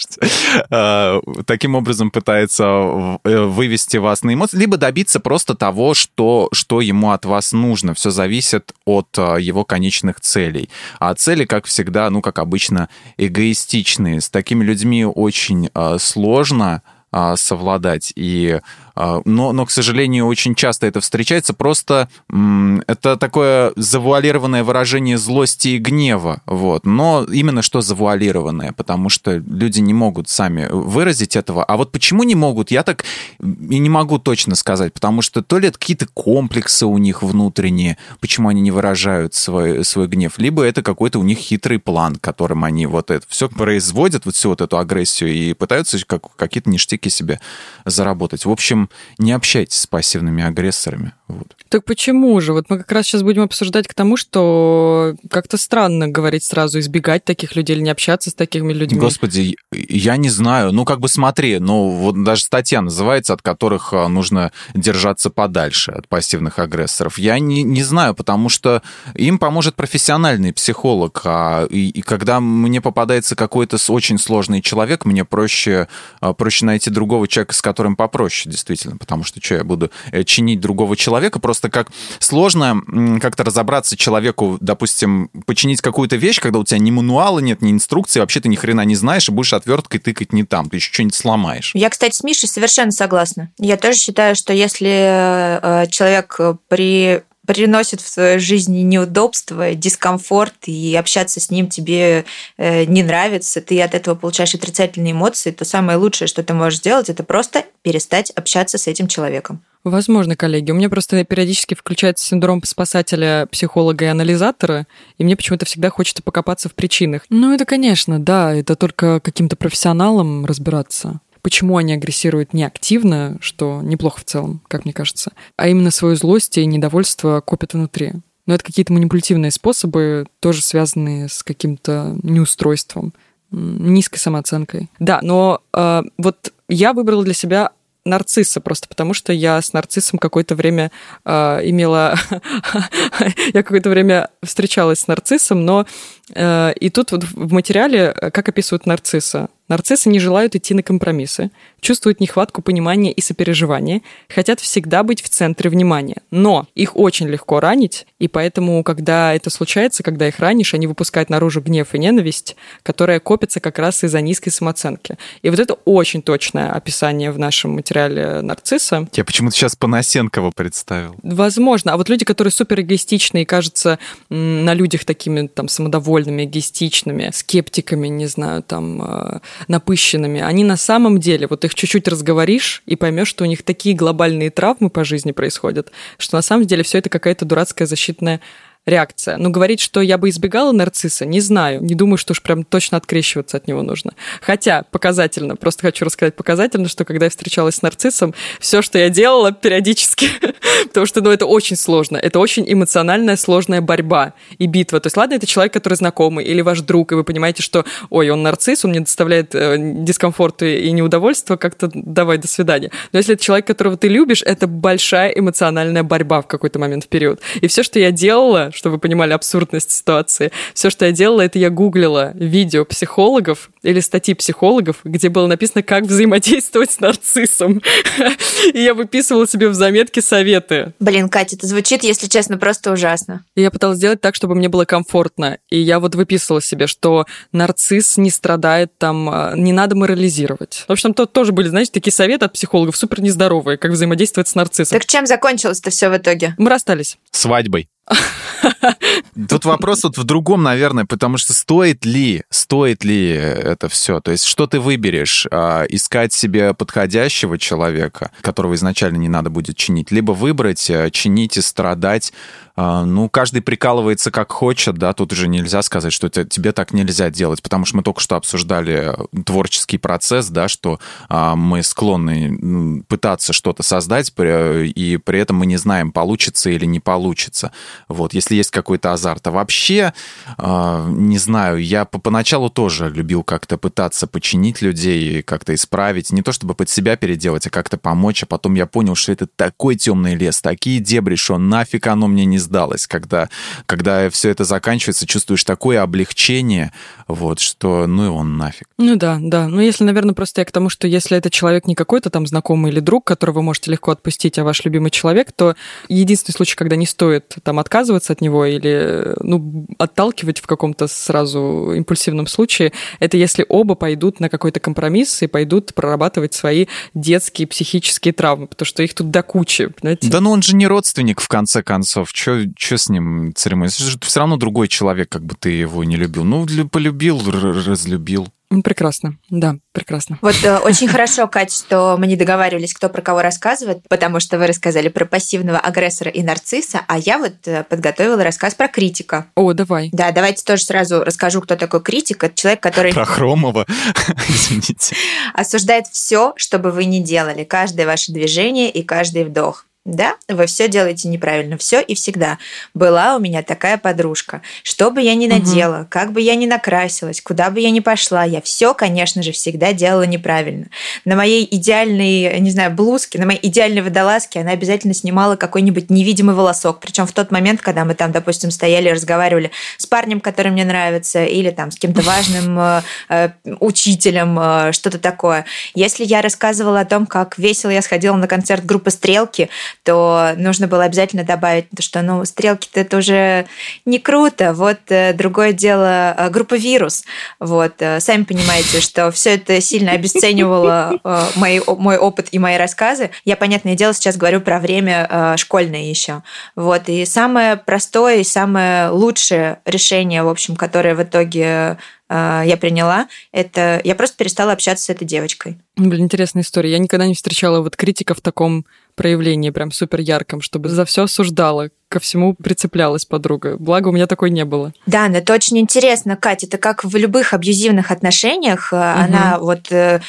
дождь. Таким образом пытается вывести вас на эмоции, либо добиться просто того, что, что ему от вас нужно. Все зависит от его конечных целей. А цели, как всегда, ну, как обычно, эгоистичные. С такими людьми очень сложно совладать, и Но, но, к сожалению, очень часто это встречается. Просто м, это такое завуалированное выражение злости и гнева. Вот. Но именно что завуалированное, потому что люди не могут сами выразить этого. А вот почему не могут, я так и не могу точно сказать, потому что то ли это какие-то комплексы у них внутренние, почему они не выражают свой, свой гнев, либо это какой-то у них хитрый план, которым они вот это все производят, вот всю вот эту агрессию, и пытаются как, какие-то ништяки себе заработать. В общем, не общайтесь с пассивными агрессорами. Вот. Так почему же? Вот мы как раз сейчас будем обсуждать к тому, что как-то странно говорить сразу, избегать таких людей или не общаться с такими людьми. Господи, я не знаю. Ну, как бы смотри, ну, вот даже статья называется, от которых нужно держаться подальше, от пассивных агрессоров. Я не, не знаю, потому что им поможет профессиональный психолог. А, и, и когда мне попадается какой-то очень сложный человек, мне проще, проще найти другого человека, с которым попроще, действительно. Потому что что, я буду чинить другого человека? Просто как сложно как-то разобраться человеку, допустим, починить какую-то вещь, когда у тебя ни мануала нет, ни инструкции, вообще ты ни хрена не знаешь, и будешь отверткой тыкать не там, ты еще что-нибудь сломаешь. Я, кстати, с Мишей совершенно согласна. Я тоже считаю, что если человек при... приносит в твою жизнь неудобства, дискомфорт, и общаться с ним тебе не нравится, ты от этого получаешь отрицательные эмоции, то самое лучшее, что ты можешь сделать, это просто перестать общаться с этим человеком. Возможно, коллеги. У меня просто периодически включается синдром спасателя, психолога и анализатора, и мне почему-то всегда хочется покопаться в причинах. Ну, это, конечно, да, это только каким-то профессионалам разбираться. Почему они агрессируют не активно, что неплохо в целом, как мне кажется, а именно свою злость и недовольство копят внутри. Но это какие-то манипулятивные способы, тоже связанные с каким-то неустройством, низкой самооценкой. Да, но э, вот я выбрала для себя нарцисса, просто потому что я с нарциссом какое-то время э, имела... я какое-то время встречалась с нарциссом, но э, и тут вот в материале, как описывают нарцисса. Нарциссы не желают идти на компромиссы, чувствуют нехватку понимания и сопереживания, хотят всегда быть в центре внимания. Но их очень легко ранить, и поэтому, когда это случается, когда их ранишь, они выпускают наружу гнев и ненависть, которая копится как раз из-за низкой самооценки. И вот это очень точное описание в нашем материале нарцисса. Я почему-то сейчас Панасенкова представил. Возможно. А вот люди, которые супер эгоистичны и кажутся на людях такими там самодовольными, эгоистичными, скептиками, не знаю, там... напыщенными, они на самом деле, вот их чуть-чуть разговоришь и поймешь, что у них такие глобальные травмы по жизни происходят, что на самом деле все это какая-то дурацкая защитная реакция. Но говорить, что я бы избегала нарцисса, не знаю. Не думаю, что уж прям точно открещиваться от него нужно. Хотя показательно, просто хочу рассказать показательно, что когда я встречалась с нарциссом, все, что я делала периодически, потому что, ну, это очень сложно. Это очень эмоциональная, сложная борьба и битва. То есть, ладно, это человек, который знакомый, или ваш друг, и вы понимаете, что, ой, он нарцисс, он мне доставляет э, дискомфорт и неудовольствие, как-то давай, до свидания. Но если это человек, которого ты любишь, это большая эмоциональная борьба в какой-то момент в период. И все, что я делала, чтобы вы понимали абсурдность ситуации, все, что я делала, это я гуглила видео психологов или статьи психологов, где было написано, как взаимодействовать с нарциссом. И я выписывала себе в заметки советы. Блин, Катя, это звучит, если честно, просто ужасно. И я пыталась сделать так, чтобы мне было комфортно. И я вот выписывала себе, что нарцисс не страдает, там, не надо морализировать. В общем, там тоже были, знаете, такие советы от психологов супер нездоровые, как взаимодействовать с нарциссом. Так чем закончилось-то все в итоге? Мы расстались. Свадьбой. Тут вопрос вот в другом, наверное, потому что стоит ли, стоит ли это все? То есть что ты выберешь? Искать себе подходящего человека, которого изначально не надо будет чинить, либо выбрать, чинить и страдать. Ну, каждый прикалывается как хочет, да, тут уже нельзя сказать, что тебе так нельзя делать, потому что мы только что обсуждали творческий процесс, да, что мы склонны пытаться что-то создать, и при этом мы не знаем, получится или не получится. Вот, если есть какой-то азарт. А вообще, не знаю, я поначалу тоже любил как-то пытаться починить людей, как-то исправить, не то чтобы под себя переделать, а как-то помочь, а потом я понял, что это такой темный лес, такие дебри, что нафиг оно мне не сдалось, когда, когда все это заканчивается, чувствуешь такое облегчение, вот, что ну и он нафиг. Ну да, да. Ну если, наверное, просто я к тому, что если это человек не какой-то там знакомый или друг, которого вы можете легко отпустить, а ваш любимый человек, то единственный случай, когда не стоит там отказываться от него или ну, отталкивать в каком-то сразу импульсивном случае, это если оба пойдут на какой-то компромисс и пойдут прорабатывать свои детские психические травмы, потому что их тут до кучи, понимаете? Да ну он же не родственник, в конце концов. Чё, чё с ним церемониться? Все равно другой человек, как бы ты его не любил. Ну, полюбил, разлюбил. Прекрасно, да, прекрасно. Вот э, очень хорошо, Кать, что мы не договаривались, кто про кого рассказывает, потому что вы рассказали про пассивного агрессора и нарцисса, а я вот э, подготовила рассказ про критика. О, давай. Да, давайте тоже сразу расскажу, кто такой критик. Это человек, который... Про Хромова, извините. Осуждает все, что бы вы ни делали, каждое ваше движение и каждый вдох. Да, вы все делаете неправильно, все и всегда. Была у меня такая подружка. Что бы я ни надела, угу. как бы я ни накрасилась, куда бы я ни пошла, я все, конечно же, всегда делала неправильно. На моей идеальной, не знаю, блузке, на моей идеальной водолазке она обязательно снимала какой-нибудь невидимый волосок. Причем в тот момент, когда мы там, допустим, стояли и разговаривали с парнем, который мне нравится, или там с каким-то важным э, э, учителем, э, что-то такое. Если я рассказывала о том, как весело я сходила на концерт группы «Стрелки», то нужно было обязательно добавить, что, ну, стрелки-то это уже не круто. Вот другое дело группа «Вирус». Вот, сами понимаете, что все это сильно обесценивало мой, мой опыт и мои рассказы. Я, понятное дело, сейчас говорю про время школьное еще. Вот, и самое простое и самое лучшее решение, в общем, которое в итоге я приняла, это я просто перестала общаться с этой девочкой. Блин, интересная история. Я никогда не встречала вот критика в таком проявлении, прям супер ярком, чтобы за все осуждала, ко всему прицеплялась подруга. Благо, у меня такой не было. Да, но это очень интересно, Катя. Это как в любых абьюзивных отношениах. Угу. Она вот...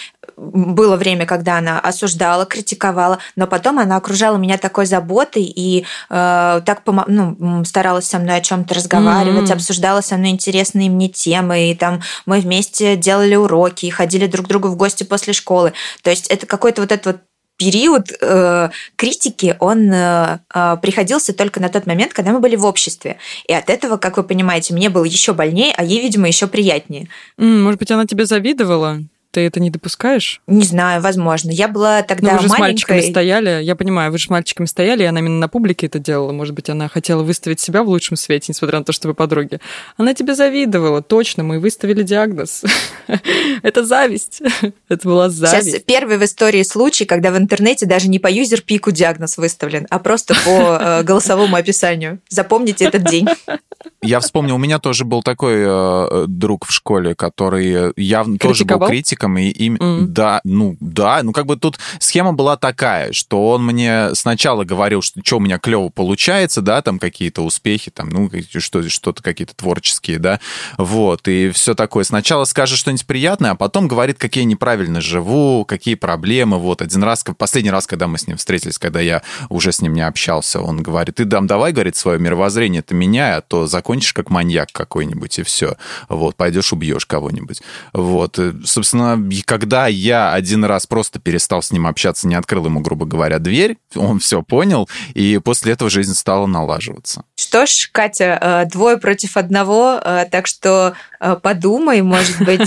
Было время, когда она осуждала, критиковала, но потом она окружала меня такой заботой и э, так помо- ну, старалась со мной о чем-то разговаривать, mm-hmm. обсуждала со мной интересные мне темы, и там мы вместе делали уроки, и ходили друг к другу в гости после школы. То есть это какой-то вот этот вот период э, критики, он э, приходился только на тот момент, когда мы были в обществе. И от этого, как вы понимаете, мне было еще больнее, а ей, видимо, еще приятнее. Mm, может быть, она тебе завидовала? Ты это не допускаешь? Не знаю, возможно. Я была тогда маленькой. Вы же маленькой. с мальчиками стояли. Я понимаю, вы же с мальчиками стояли, и она именно на публике это делала. Может быть, она хотела выставить себя в лучшем свете, несмотря на то, что вы подруги. Она тебе завидовала. Точно, мы выставили диагноз. Это зависть. Это была зависть. Сейчас первый в истории случай, когда в интернете даже не по юзер-пику диагноз выставлен, а просто по голосовому описанию. Запомните этот день. Я вспомнил, у меня тоже был такой э, друг в школе, который явно тоже был критиком. И, и, mm. Да, ну да, ну как бы тут схема была такая, что он мне сначала говорил, что что у меня клево получается, да, там какие-то успехи, там, ну, что, что-то какие-то творческие, да, вот, и все такое. Сначала скажет что-нибудь приятное, а потом говорит, какие я неправильно живу, какие проблемы. Вот один раз, последний раз, когда мы с ним встретились, когда я уже с ним не общался, он говорит: ты, дам, давай, говорит, свое мировоззрение это меняй, а то закончишь как маньяк какой-нибудь, и все. Вот, пойдешь убьешь кого-нибудь. Вот, собственно, когда я один раз просто перестал с ним общаться, не открыл ему, грубо говоря, дверь, он все понял, и после этого жизнь стала налаживаться. Что ж, Катя, двое против одного, так что подумай, может быть,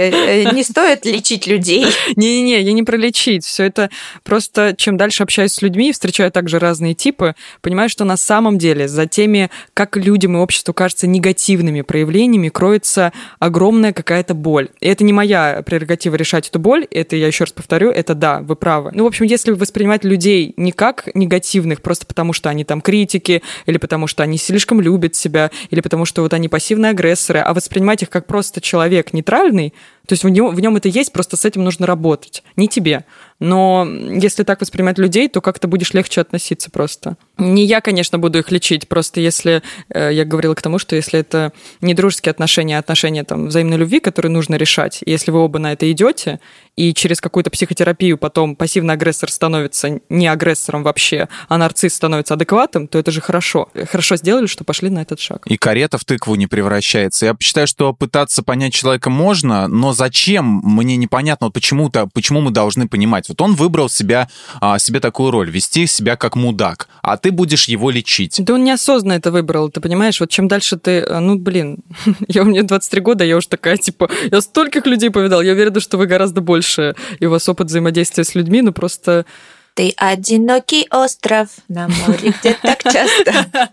не стоит лечить людей. Не-не-не, я не про лечить. Все это просто, чем дальше общаюсь с людьми, встречаю также разные типы, понимаю, что на самом деле за теми, как людям и обществу кажется, негативными проявлениями, кроется огромная какая-то боль. И это не моя прерогатива решать эту боль, это, я еще раз повторю, это да, вы правы. Ну, в общем, если воспринимать людей не как негативных, просто потому что они там критики, или потому что они слишком любят себя, или потому что вот они пассивные агрессоры, а воспринимать их как просто человек нейтральный, то есть в нем, в нем это есть, просто с этим нужно работать. Не тебе. Но если так воспринимать людей, то как-то будешь легче относиться просто. Не я, конечно, буду их лечить, просто если... Э, я говорила к тому, что если это не дружеские отношения, а отношения там, взаимной любви, которые нужно решать, и если вы оба на это идете, и через какую-то психотерапию потом пассивный агрессор становится не агрессором вообще, а нарцисс становится адекватом, то это же хорошо. Хорошо сделали, что пошли на этот шаг. И карета в тыкву не превращается. Я считаю, что пытаться понять человека можно, но зачем, мне непонятно, вот почему-то, почему мы должны понимать. Вот он выбрал себя, себе такую роль, вести себя как мудак, а ты будешь его лечить. Да он неосознанно это выбрал, ты понимаешь? Вот чем дальше ты... Ну, блин, я, у меня двадцать три года, я уже такая, типа, я стольких людей повидал, я уверена, что вы гораздо больше, и у вас опыт взаимодействия с людьми, ну, просто... Ты одинокий остров на море, где так часто.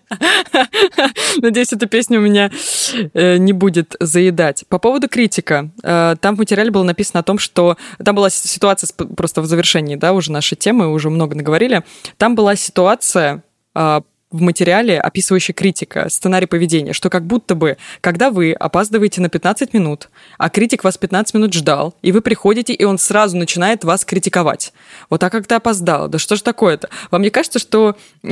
Надеюсь, эта песня у меня не будет заедать. По поводу критика. Там в материале было написано о том, что... Там была ситуация, просто в завершении, да, уже нашей темы, уже много наговорили. Там была ситуация... в материале, описывающий критика, сценарий поведения, что как будто бы, когда вы опаздываете на пятнадцать минут, а критик вас пятнадцать минут ждал, и вы приходите, и он сразу начинает вас критиковать. Вот, а как ты опоздала? Да что ж такое-то? Вам не кажется, что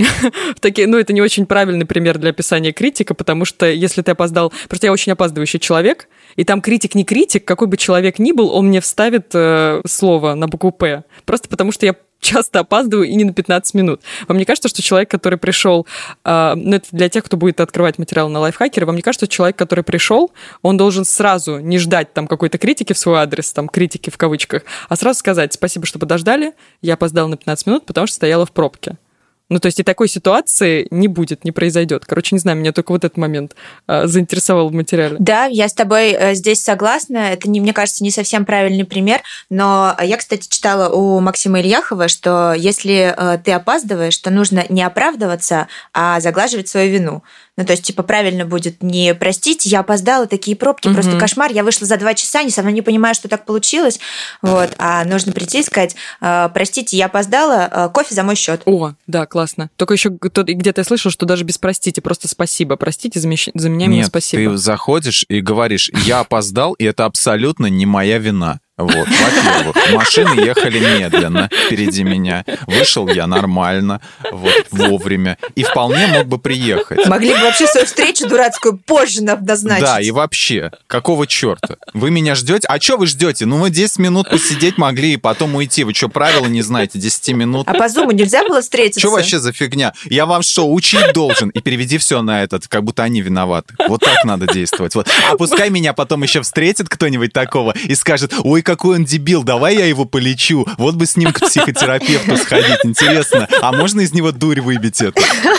такие, ну, это не очень правильный пример для описания критика, потому что если ты опоздал... Просто я очень опаздывающий человек, и там критик не критик, какой бы человек ни был, он мне вставит э, слово на букву «П», просто потому что я часто опаздываю и не на пятнадцать минут. Вам не кажется, что человек, который пришел, э, ну это для тех, кто будет открывать материал на Лайфхакере, вам не кажется, что человек, который пришел, он должен сразу не ждать там какой-то критики в свой адрес, там критики в кавычках, а сразу сказать: спасибо, что подождали, я опоздал на пятнадцать минут, потому что стояла в пробке. Ну, то есть и такой ситуации не будет, не произойдет. Короче, не знаю, меня только вот этот момент э, заинтересовал в материале. Да, я с тобой э, здесь согласна. Это, не, мне кажется, не совсем правильный пример. Но я, кстати, читала у Максима Ильяхова, что если э, ты опаздываешь, то нужно не оправдываться, а заглаживать свою вину. Ну, то есть, типа, правильно будет не простить, я опоздала, такие пробки, mm-hmm. просто кошмар, я вышла за два часа, не со мной не понимаю, что так получилось, вот, а нужно прийти и сказать: простите, я опоздала, кофе за мой счет. О, да, классно. Только еще где-то я слышала, что даже без простите, просто спасибо, простите, за меня мне спасибо. Нет, ты заходишь и говоришь: я опоздал, и это абсолютно не моя вина. Вот, во-первых, машины ехали медленно впереди меня. Вышел я нормально, вот, вовремя. И вполне мог бы приехать. Могли бы вообще свою встречу дурацкую позже назначить. Да, и вообще, какого черта? Вы меня ждете? А что вы ждете? Ну, мы десять минут посидеть могли и потом уйти. Вы что, правила не знаете? десять минут? А по зуму нельзя было встретиться? Что вообще за фигня? Я вам что, учить должен? И переведи все на этот, как будто они виноваты. Вот так надо действовать. Вот. А пускай меня потом еще встретит кто-нибудь такого и скажет: ой, какой он дебил, давай я его полечу. Вот бы с ним к психотерапевту сходить, интересно. А можно из него дурь выбить это?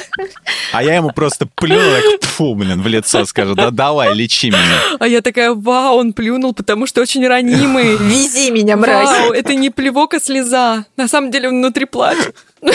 А я ему просто плюну, так, фу, блин, в лицо скажу: да давай, лечи меня. А я такая: вау, он плюнул, потому что очень ранимый. Вези меня, мразь. Вау, это не плевок, а слеза. На самом деле он внутри плачет.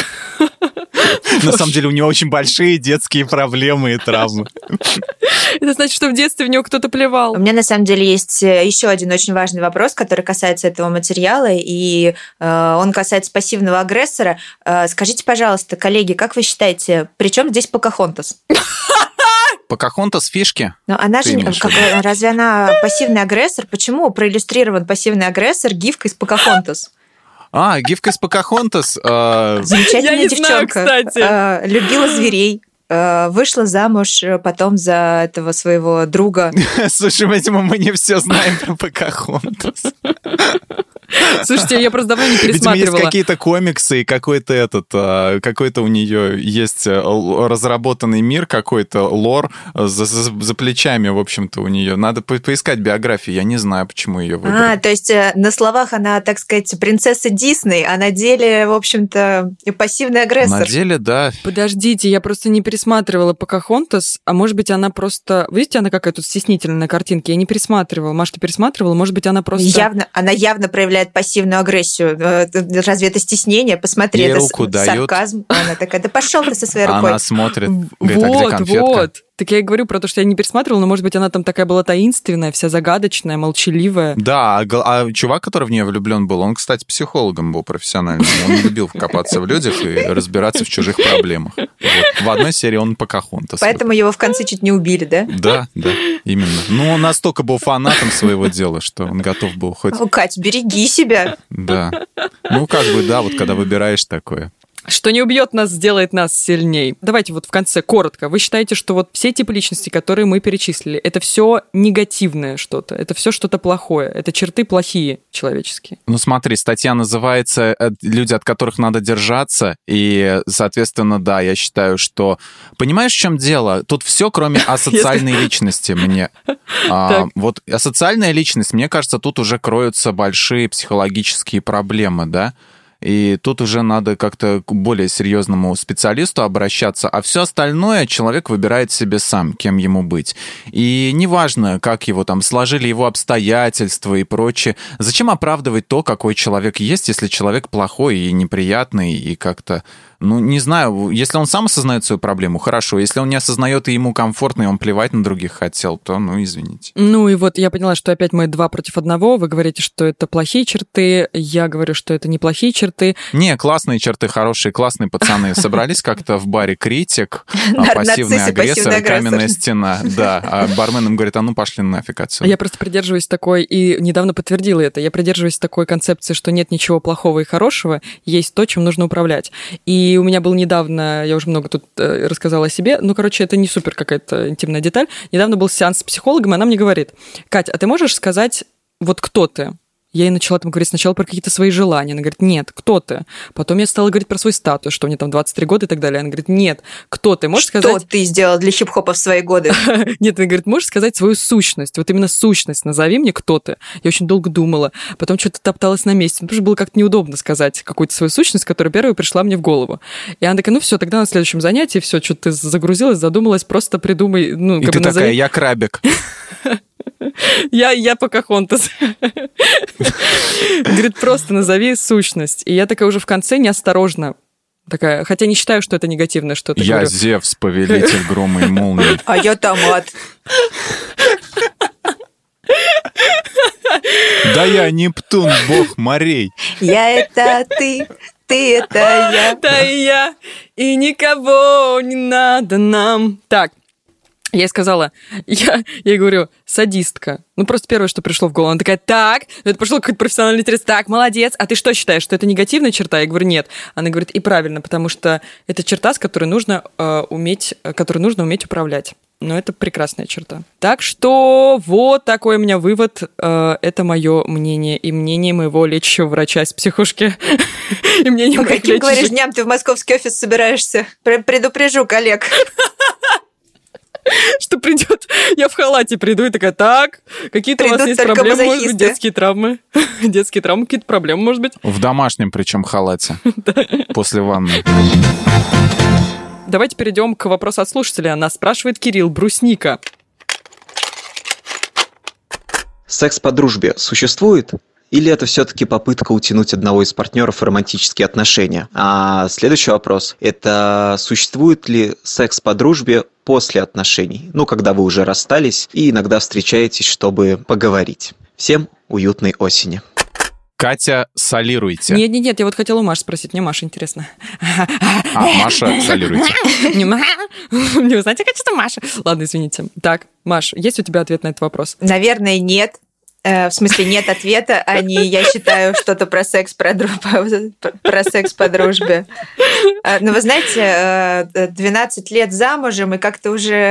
На самом деле у него очень большие детские проблемы и травмы. Это значит, что в детстве в него кто-то плевал. У меня на самом деле есть еще один очень важный вопрос, который касается этого материала, и э, он касается пассивного агрессора. Э, скажите, пожалуйста, коллеги, как вы считаете, при чем здесь Покахонтас? Покахонтас фишки? Но она Ты же... имеешь в Как, виду? разве она пассивный агрессор? Почему проиллюстрирован пассивный агрессор гифкой из Покахонтас? А, гифка из Покахонтас. э, Замечательная Я не знаю, девчонка. кстати. Э, Любила зверей. Э, Вышла замуж э, потом за этого своего друга. Слушай, видимо, мы не все знаем про Покахонтас. Слушайте, я просто давно не Видимо, есть пересматривала. какие-то комиксы и какой-то этот, а, какой-то у нее есть а, л- разработанный мир, какой-то лор за, за- за плечами, в общем-то, у нее. Надо по- поискать биографию, я не знаю, почему ее А, выбрали. то есть э, на словах она, так сказать, принцесса Дисней, а на деле, в общем-то, и пассивный агрессор. На деле, да. Подождите, я просто не пересматривала Покахонтас, а может быть, она просто... Видите, она какая тут стеснительная на картинке? Я не пересматривала. Маша, ты пересматривала? Может быть, она просто... Явно, она явно проявляет пассивную агрессию. Э, Разве это стеснение? Посмотри, Ей это руку с- дают. сарказм. Она такая, да пошел ты со своей рукой. Она смотрит, говорит, а где Вот, конфетка? вот. Так я и говорю про то, что я не пересматривала, но, может быть, она там такая была таинственная, вся загадочная, молчаливая. Да, а, гол- а чувак, который в нее влюблен был, он, кстати, психологом был профессиональным. Он не любил копаться в людях и разбираться в чужих проблемах. Вот. В одной серии он Покахонтас. Поэтому его в конце чуть не убили, да? Да, да, именно. Ну, он настолько был фанатом своего дела, что он готов был хоть... О, Кать, береги себя. Да. Ну, как бы, да, вот когда выбираешь такое. Что не убьет нас, сделает нас сильней. Давайте вот в конце коротко. Вы считаете, что вот все типы личности, которые мы перечислили, это все негативное что-то, это все что-то плохое, это черты плохие человеческие? Ну, смотри, статья называется э, «Люди, от которых надо держаться», и, соответственно, да, я считаю, что... Понимаешь, в чем дело? Тут все, кроме асоциальной личности мне. А, Так. вот асоциальная личность, мне кажется, тут уже кроются большие психологические проблемы, да? И тут уже надо как-то к более серьезному специалисту обращаться, а все остальное человек выбирает себе сам, кем ему быть. И неважно, как его там сложили его обстоятельства и прочее. Зачем оправдывать то, какой человек есть, если человек плохой и неприятный, и как-то... Ну, не знаю, если он сам осознает свою проблему, хорошо. Если он не осознает, и ему комфортно, и он плевать на других хотел, то, ну, извините. Ну и вот я поняла, что опять мы два против одного. Вы говорите, что это плохие черты, я говорю, что это неплохие черты. Не, классные черты, хорошие, классные пацаны собрались как-то в баре «Критик», а Нар- пассивный нарцисс и агрессор, пассивный и каменная агрессор. стена. Да, а бармен им говорит, а ну пошли нафиг отсюда. Я просто придерживаюсь такой, и недавно подтвердила это, я придерживаюсь такой концепции, что нет ничего плохого и хорошего, есть то, чем нужно управлять. И у меня был недавно, я уже много тут э, рассказала о себе, ну, короче, это не супер какая-то интимная деталь. Недавно был сеанс с психологом, и она мне говорит: Кать, а ты можешь сказать, вот кто ты? Я ей начала там говорить сначала про какие-то свои желания. Она говорит, нет, кто ты? Потом я стала говорить про свой статус, что мне там двадцать три года и так далее. Она говорит, нет, кто ты? Можешь Что сказать... ты сделал для хип-хопа в свои годы? Нет, она говорит, можешь сказать свою сущность? Вот именно сущность, назови мне, кто ты. Я очень долго думала, потом что-то топталась на месте, потому что было как-то неудобно сказать какую-то свою сущность, которая первая пришла мне в голову. И она такая, ну все, тогда на следующем занятии все, что-то ты загрузилась, задумалась, просто придумай, ну, И как ты бы такая, назови. я крабик. Я, я Покахонтас. Говорит, просто назови сущность. И я такая уже в конце неосторожно такая, хотя не считаю, что это негативное что-то. Я говорю. Зевс, повелитель грома и молнии. А я томат. Да я Нептун, бог морей. Я это ты, ты это я. Да и я, и никого не надо нам. Так, я ей сказала, я, я ей говорю, садистка. Ну, просто первое, что пришло в голову. Она такая, так, ну, это пошло какой-то профессиональный интерес. Так, молодец. А ты что считаешь, что это негативная черта? Я говорю, нет. Она говорит, и правильно, потому что это черта, с которой нужно э, уметь, которой нужно уметь управлять. Но это прекрасная черта. Так что вот такой у меня вывод. Э, это мое мнение и мнение моего лечащего врача из психушки. И мнение По моих каким, говоришь, лечащих... дням ты в московский офис собираешься? Пр- Предупрежу коллег. Что придет, я в халате приду и такая, так, какие-то у вас Придут есть только проблемы, может быть, мазохисты. детские травмы, детские травмы, какие-то проблемы, может быть. В домашнем причем халате. После ванны. Давайте перейдем к вопросу от слушателя. Нас спрашивает Кирилл Брусника. Секс по дружбе существует? Или это все-таки попытка утянуть одного из партнеров в романтические отношения? А следующий вопрос – это существует ли секс по дружбе после отношений? Ну, когда вы уже расстались и иногда встречаетесь, чтобы поговорить. Всем уютной осени. Катя, солируйте. Нет-нет-нет, я вот хотела у Маши спросить. Мне Маша интересно. А, Маша, солируйте. Не, вы знаете, как это Маша? Ладно, извините. Так, Маш, есть у тебя ответ на этот вопрос? Наверное, нет. В смысле, нет ответа, а не я считаю что-то про секс, про, дру... про секс по дружбе. Но вы знаете, двенадцать лет замужем, и как-то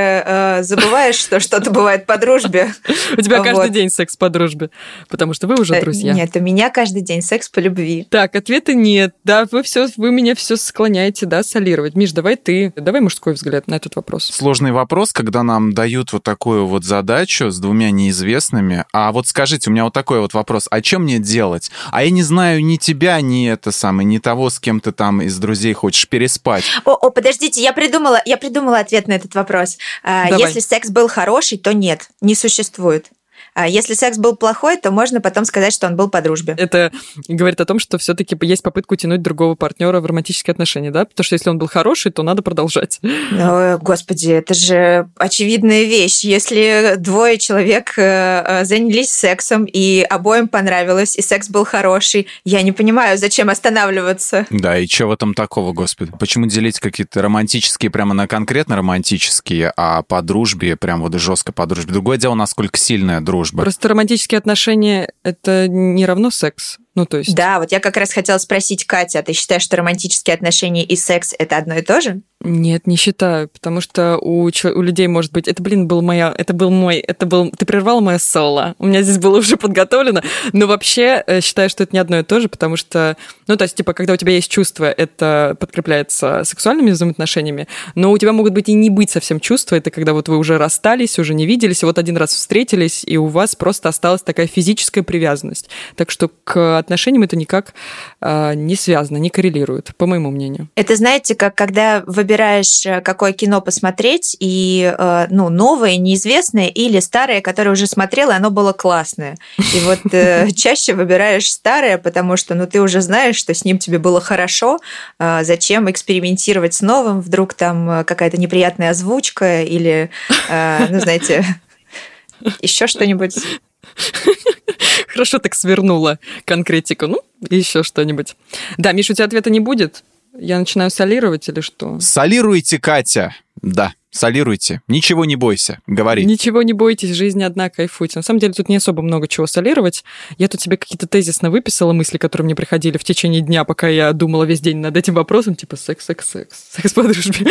уже забываешь, что что-то бывает по дружбе. У тебя каждый вот. День секс по дружбе, потому что вы уже друзья. Нет, у меня каждый день секс по любви. Так, ответа нет. Да, вы, все, вы меня все склоняете, да, солировать. Миш, давай ты, давай мужской взгляд на этот вопрос. Сложный вопрос, когда нам дают вот такую вот задачу с двумя неизвестными, а вот скажите, у меня вот такой вот вопрос. А что мне делать? А я не знаю ни тебя, ни это самое, ни того, с кем ты там из друзей хочешь переспать. О, о, подождите, я придумала, я придумала ответ на этот вопрос. Давай. Если секс был хороший, то нет, не существует. Если секс был плохой, то можно потом сказать, что он был по дружбе. Это говорит о том, что все-таки есть попытка утянуть другого партнера в романтические отношения, да? Потому что если он был хороший, то надо продолжать. О, Господи, это же очевидная вещь. Если двое человек занялись сексом, и обоим понравилось, и секс был хороший, я не понимаю, зачем останавливаться. Да, и что в этом такого, Господи? Почему делить какие-то романтические прямо на конкретно романтические, а по дружбе, прям вот жестко по дружбе? Другое дело, насколько сильная дружба. Просто романтические отношения — это не равно секс. Ну, то есть... Да, вот я как раз хотела спросить, Катя, а ты считаешь, что романтические отношения и секс — это одно и то же? Нет, не считаю, потому что у, у людей может быть... Это, блин, был моя... Это был мой... Это был... Ты прервал мое соло. У меня здесь было уже подготовлено. Но вообще считаю, что это не одно и то же, потому что... Ну, то есть, типа, когда у тебя есть чувства, это подкрепляется сексуальными взаимоотношениями, но у тебя могут быть и не быть совсем чувства. Это когда вот вы уже расстались, уже не виделись, и вот один раз встретились, и у вас просто осталась такая физическая привязанность. Так что к отношениям это никак э, не связано, не коррелирует, по моему мнению. Это, знаете, как когда выбираешь, какое кино посмотреть, и э, ну, новое, неизвестное, или старое, которое уже смотрела, оно было классное. И вот э, чаще выбираешь старое, потому что ну, ты уже знаешь, что с ним тебе было хорошо, э, зачем экспериментировать с новым, вдруг там какая-то неприятная озвучка, или, э, ну, знаете, еще что-нибудь... Хорошо так свернула конкретику. Ну, еще что-нибудь. Да, Миша, у тебя ответа не будет? Я начинаю солировать или что? Солируйте, Катя. Да, солируйте. Ничего не бойся. Говори. Ничего не бойтесь, жизнь одна, кайфуйте. На самом деле тут не особо много чего солировать. Я тут себе какие-то тезисно выписала мысли, которые мне приходили в течение дня, пока я думала весь день над этим вопросом, типа секс, секс, секс, секс по дружбе.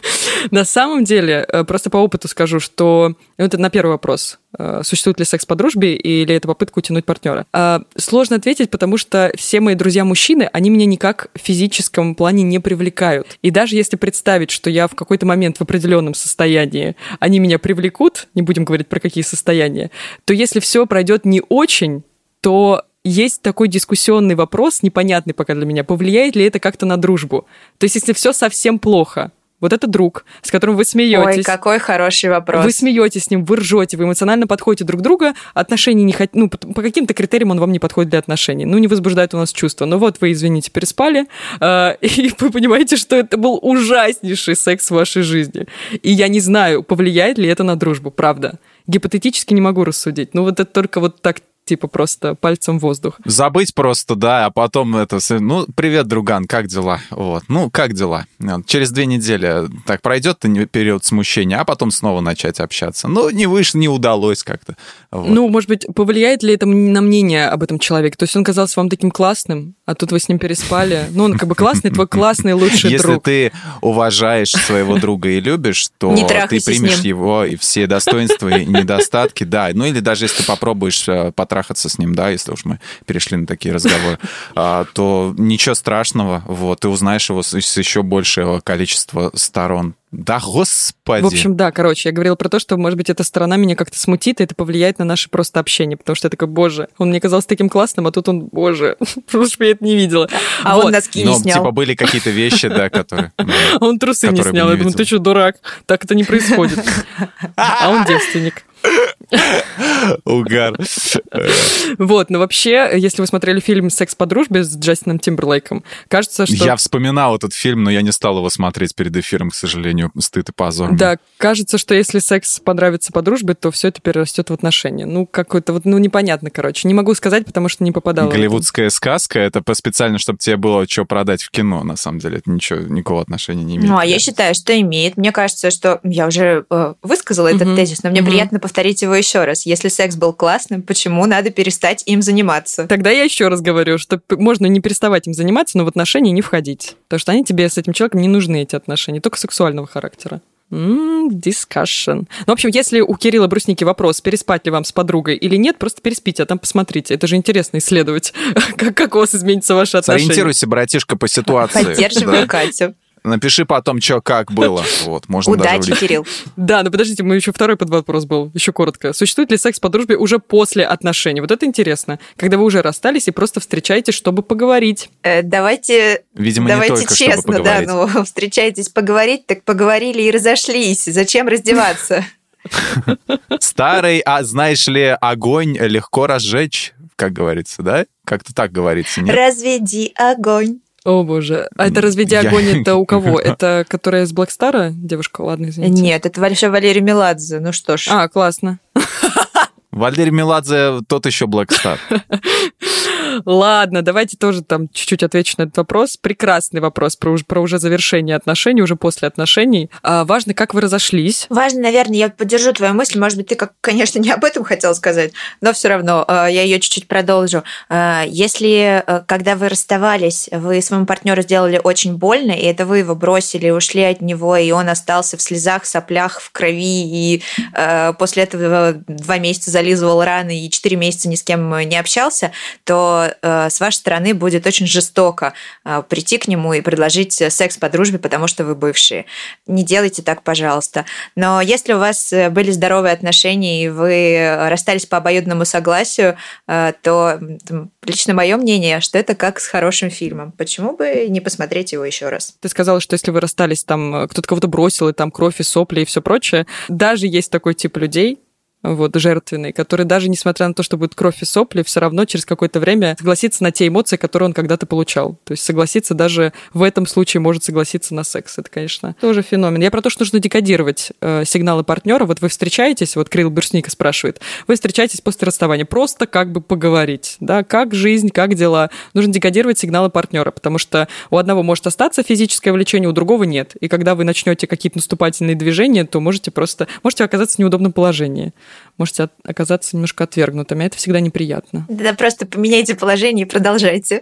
На самом деле, просто по опыту скажу, что... Это на первый вопрос. Существует ли секс по дружбе или это попытка утянуть партнера? Сложно ответить, потому что все мои друзья-мужчины, они меня никак в физическом плане не привлекают. И даже если представить, что я в какой-то момент в определенном состоянии, они меня привлекут, не будем говорить про какие состояния, то если все пройдет не очень, то есть такой дискуссионный вопрос, непонятный пока для меня, повлияет ли это как-то на дружбу. То есть если все совсем плохо, вот это друг, с которым вы смеетесь. Ой, какой хороший вопрос. Вы смеетесь с ним, вы ржете, вы эмоционально подходите друг к другу, отношения не хотите, ну, по каким-то критериям он вам не подходит для отношений, ну, не возбуждает у нас чувства. Ну, вот вы, извините, переспали, э, и вы понимаете, что это был ужаснейший секс в вашей жизни. И я не знаю, повлияет ли это на дружбу, правда. Гипотетически не могу рассудить. Ну, вот это только вот так, типа просто пальцем в воздух. Забыть просто, да, а потом это... Ну, привет, друган, как дела? Вот. Ну, как дела? Через две недели так пройдет период смущения, а потом снова начать общаться. Ну, не вышло, не удалось как-то. Вот. Ну, может быть, повлияет ли это на мнение об этом человеке? То есть он казался вам таким классным, а тут вы с ним переспали. Ну, он как бы классный, твой классный лучший Если друг. Если ты уважаешь своего друга и любишь, то ты примешь его и все достоинства и недостатки, да. Ну, или даже если ты попробуешь потрахаться трахаться с ним, да, если уж мы перешли на такие разговоры, то ничего страшного, вот, ты узнаешь его с еще большего количества сторон. Да, господи. В общем, да, короче, я говорила про то, что, может быть, эта сторона меня как-то смутит, и это повлияет на наше просто общение, потому что я такая, боже, он мне казался таким классным, а тут он, боже, потому что я это не видела. А вот. Он носки не Но, снял. Типа были какие-то вещи, да, которые... Он трусы не снял, я думаю, ты что, дурак? Так это не происходит. А он девственник. Угар. Вот, но вообще, если вы смотрели фильм «Секс по дружбе» с Джастином Тимберлейком, кажется, что... Я вспоминал этот фильм, но я не стал его смотреть перед эфиром, к сожалению, стыд и позор. Да, кажется, что если секс понравится по дружбе, то все теперь растет в отношения. Ну, какой-то вот, ну, непонятно, короче. Не могу сказать, потому что не попадала. Голливудская сказка, это специально, чтобы тебе было что продать в кино, на самом деле. Это ничего, никакого отношения не имеет. Ну, а я считаю, что имеет. Мне кажется, что я уже э, высказала этот Мгм. тезис, но мне Мгм. приятно повторить его еще раз. Если секс был классным, почему надо перестать им заниматься? Тогда я еще раз говорю, что п- можно не переставать им заниматься, но в отношения не входить. Потому что они тебе с этим человеком не нужны, эти отношения, только сексуального характера. М, Discussion. Ну, в общем, если у Кирилла Брусники вопрос, переспать ли вам с подругой или нет, просто переспите, а там посмотрите. Это же интересно исследовать, как, как у вас изменятся ваши отношения. Сориентируйся, братишка, по ситуации. Поддерживаю Да. Катю. Напиши потом, что как было. Вот, можно даже в Удачи, личку. Кирилл. Да, но подождите, мы еще второй подвопрос был, еще коротко. Существует ли секс по дружбе уже после отношений? Вот это интересно. Когда вы уже расстались и просто встречаетесь, чтобы поговорить. Э, Давайте, Видимо, не давайте только, чтобы честно, да, поговорить. ну, встречаетесь поговорить, так поговорили и разошлись. Зачем раздеваться? Старый, а знаешь ли, огонь легко разжечь, как говорится, да? Как-то так говорится, нет? Разведи огонь. О, боже. А это «Разведи Я- огонь» это у кого? Это которая из Black Star? Девушка, ладно, извините. Нет, это большой Валерий Меладзе. Ну что ж. А, классно. Валерий Меладзе тот еще Black Star. Ладно, давайте тоже там чуть-чуть отвечу на этот вопрос. Прекрасный вопрос про, уж- про уже завершение отношений, уже после отношений. А, важно, как вы разошлись. Важно, наверное, я поддержу твою мысль. Может быть, ты, как, конечно, не об этом хотела сказать, но все равно э, я ее чуть-чуть продолжу. Э, Если, э, когда вы расставались, вы своему партнеру сделали очень больно, и это вы его бросили, ушли от него, и он остался в слезах, соплях, в крови, и э, после этого два месяца зализывал раны и четыре месяца ни с кем не общался, то э, с вашей стороны будет очень жестоко э, прийти к нему и предложить секс по дружбе, потому что вы бывшие. Не делайте так, пожалуйста. Но если у вас были здоровые отношения и вы расстались по обоюдному согласию, э, то м, лично мое мнение, что это как с хорошим фильмом. Почему бы не посмотреть его еще раз? Ты сказала, что если вы расстались, там кто-то кого-то бросил, и там кровь и сопли и все прочее. Даже есть такой тип людей, вот, жертвенный, который даже несмотря на то, что будет кровь и сопли, все равно через какое-то время согласится на те эмоции, которые он когда-то получал. То есть согласиться даже в этом случае может согласиться на секс. Это, конечно, тоже феномен. Я про то, что нужно декодировать э, сигналы партнера. Вот вы встречаетесь, вот Кирилл Брусника спрашивает, вы встречаетесь после расставания, просто как бы поговорить, да, как жизнь, как дела. Нужно декодировать сигналы партнера, потому что у одного может остаться физическое влечение, у другого нет. И когда вы начнете какие-то наступательные движения, то можете просто, можете оказаться в неудобном положении. Можете от- оказаться немножко отвергнутыми. Это всегда неприятно. Да просто поменяйте положение и продолжайте.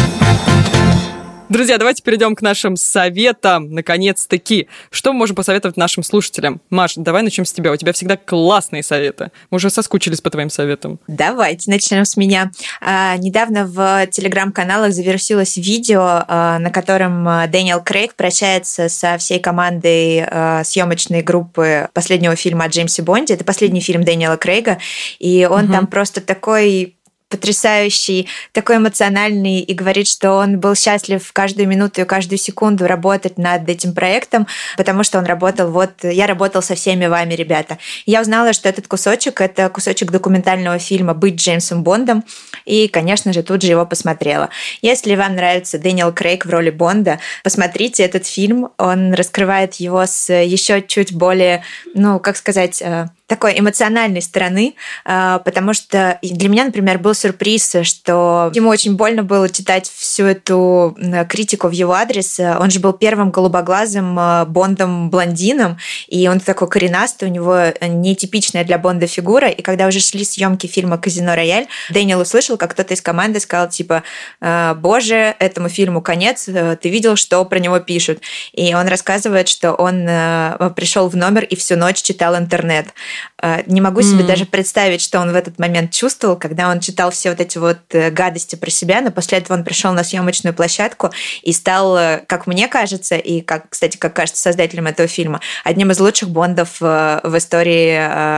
Друзья, давайте перейдем к нашим советам. Наконец-таки. Что мы можем посоветовать нашим слушателям? Маш, давай начнем с тебя. У тебя всегда классные советы. Мы уже соскучились по твоим советам. Давайте начнем с меня. А, недавно в телеграм-каналах завершилось видео, а, на котором а, Дэниел Крейг прощается со всей командой а, съемочной группы последнего фильма о Джеймсе Бонде. Это последний фильм Дэниела Крейга, и он Мгм. там просто такой потрясающий, такой эмоциональный, и говорит, что он был счастлив каждую минуту и каждую секунду работать над этим проектом, потому что он работал, вот, я работал со всеми вами, ребята. Я узнала, что этот кусочек — это кусочек документального фильма «Быть Джеймсом Бондом», и, конечно же, тут же его посмотрела. Если вам нравится Дэниел Крейг в роли Бонда, посмотрите этот фильм, он раскрывает его с еще чуть более, ну, как сказать, такой эмоциональной стороны, потому что для меня, например, был сюрприз, что ему очень больно было читать всю эту критику в его адрес. Он же был первым голубоглазым Бондом-блондином, и он такой коренастый, у него нетипичная для Бонда фигура, и когда уже шли съемки фильма «Казино Рояль», Дэниел услышал, как кто-то из команды сказал, типа, «Боже, этому фильму конец, ты видел, что про него пишут?» И он рассказывает, что он пришел в номер и всю ночь читал интернет. Не могу себе mm. даже представить, что он в этот момент чувствовал, когда он читал все вот эти вот гадости про себя, но после этого он пришел на съемочную площадку и стал, как мне кажется, и, как, кстати, как кажется создателем этого фильма, одним из лучших Бондов в истории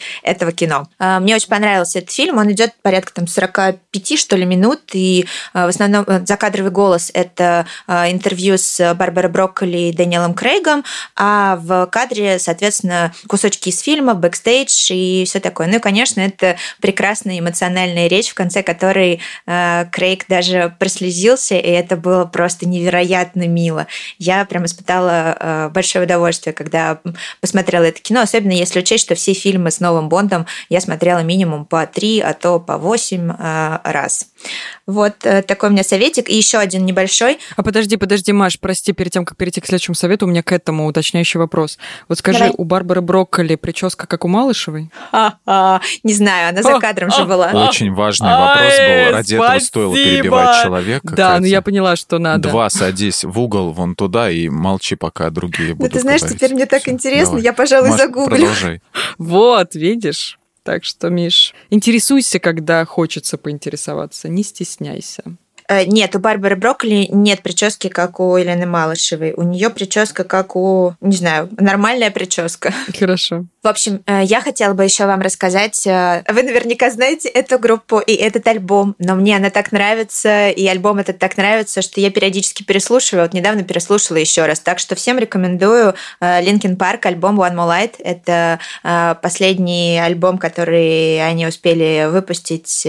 этого кино. Мне очень понравился этот фильм. Он идет порядка там сорок пять, что ли, минут, и в основном закадровый голос – это интервью с Барбарой Брокколи и Дэниелом Крейгом, а в кадре, соответственно, кусочки из фильма, бэкстейдж и все такое. Ну и, конечно, это прекрасная эмоциональная речь, в конце которой Крейг даже прослезился, и это было просто невероятно мило. Я прям испытала большое удовольствие, когда посмотрела это кино, особенно если учесть, что все фильмы с новым Бондом я смотрела минимум по три, а то по восемь раз. Вот такой у меня советик. И еще один небольшой. А подожди, подожди, Маш, прости, перед тем, как перейти к следующему совету, у меня к этому уточняющий вопрос. Вот скажи, Давай. У Барбары Брокколи прическа как у Малышевой? А-а, не знаю, она за кадром же была. Очень важный вопрос был. Ради этого стоило перебивать человека. Да, ну я поняла, что надо. Два, садись в угол вон туда и молчи, пока другие будут. Ну ты знаешь, говорить. Теперь мне так Все, интересно, давай. я, пожалуй, Маш, загуглю. Продолжай. Вот, видишь? Так что, Миш, интересуйся, когда хочется поинтересоваться, не стесняйся. Нет, у Барбары Брокколи нет прически, как у Елены Малышевой. У нее прическа, как у, не знаю, нормальная прическа. Хорошо. В общем, я хотела бы еще вам рассказать. Вы наверняка знаете эту группу и этот альбом, но мне она так нравится, и альбом этот так нравится, что я периодически переслушиваю. Вот недавно переслушала еще раз. Так что всем рекомендую Linkin Park, альбом One More Light. Это последний альбом, который они успели выпустить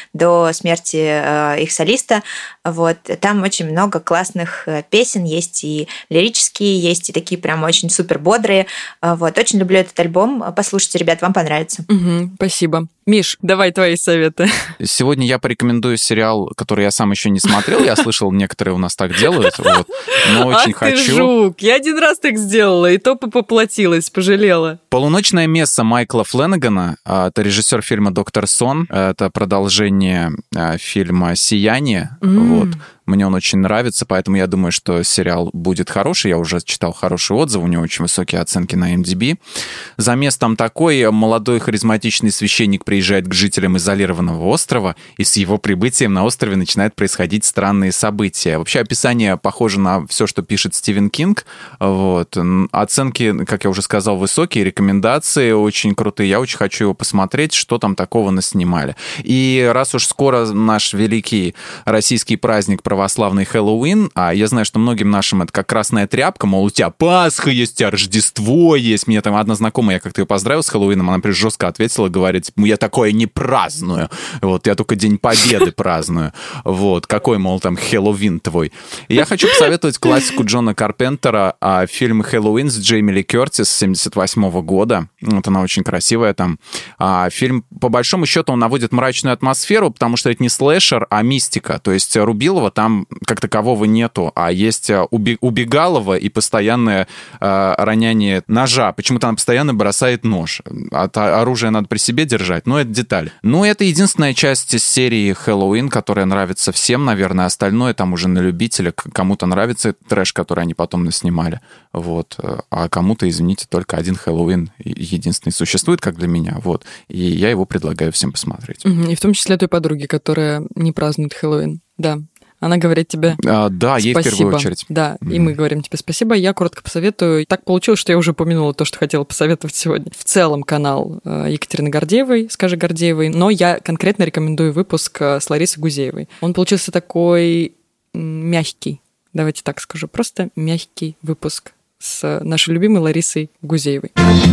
до смерти их солиста. Вот. Там очень много классных песен, есть и лирические, есть и такие прям очень супер бодрые. Вот. Очень люблю этот альбом. Послушайте, ребят, вам понравится. Угу, спасибо. Миш, давай твои советы. Сегодня я порекомендую сериал, который я сам еще не смотрел. Я слышал, некоторые у нас так делают. Вот. Но очень Ах хочу. Ты жук. Я один раз так сделала, и то поплатилась, пожалела. «Полуночное место» Майкла Фленнегана. Это режиссер фильма «Доктор Сон». Это продолжение фильма «Сияние». Mm. Вот. Мне он очень нравится, поэтому я думаю, что сериал будет хороший. Я уже читал хорошие отзывы, у него очень высокие оценки на эм ди би. Замес там такой. Молодой харизматичный священник приезжает к жителям изолированного острова, и с его прибытием на острове начинают происходить странные события. Вообще описание похоже на все, что пишет Стивен Кинг. Вот. Оценки, как я уже сказал, высокие, рекомендации очень крутые. Я очень хочу его посмотреть, что там такого наснимали. И раз уж скоро наш великий российский праздник православный Хэллоуин, а я знаю, что многим нашим это как красная тряпка, мол, у тебя Пасха есть, у тебя Рождество есть. Мне там одна знакомая, я как-то ее поздравил с Хэллоуином, она прям жестко ответила, говорит, я такое не праздную. Вот, я только День Победы праздную. Вот, какой, мол, там Хэллоуин твой. И я хочу посоветовать классику Джона Карпентера, фильм «Хэллоуин» с Джейми Ли Кертис семьдесят восьмого года. Вот она очень красивая там. Фильм, по большому счету, он наводит мрачную атмосферу, потому что это не слэшер, а мистика. То есть Рубилова там как такового нету, а есть убегалово и постоянное э, роняние ножа. Почему-то она постоянно бросает нож. От оружия надо при себе держать, но это деталь. Ну, это единственная часть из серии «Хэллоуин», которая нравится всем, наверное. Остальное там уже на любителя. Кому-то нравится этот трэш, который они потом наснимали. Вот. А кому-то, извините, только один «Хэллоуин» единственный существует, как для меня. Вот. И я его предлагаю всем посмотреть. И в том числе той подруге, которая не празднует Хэллоуин. Да. Она говорит тебе а, да, спасибо. Ей в первую очередь. Да, mm-hmm. и мы говорим тебе спасибо. Я коротко посоветую. Так получилось, что я уже упомянула то, что хотела посоветовать сегодня. В целом канал Екатерины Гордеевой, «Скажи Гордеевой», но я конкретно рекомендую выпуск с Ларисой Гузеевой. Он получился такой мягкий, давайте так скажу, просто мягкий выпуск с нашей любимой Ларисой Гузеевой.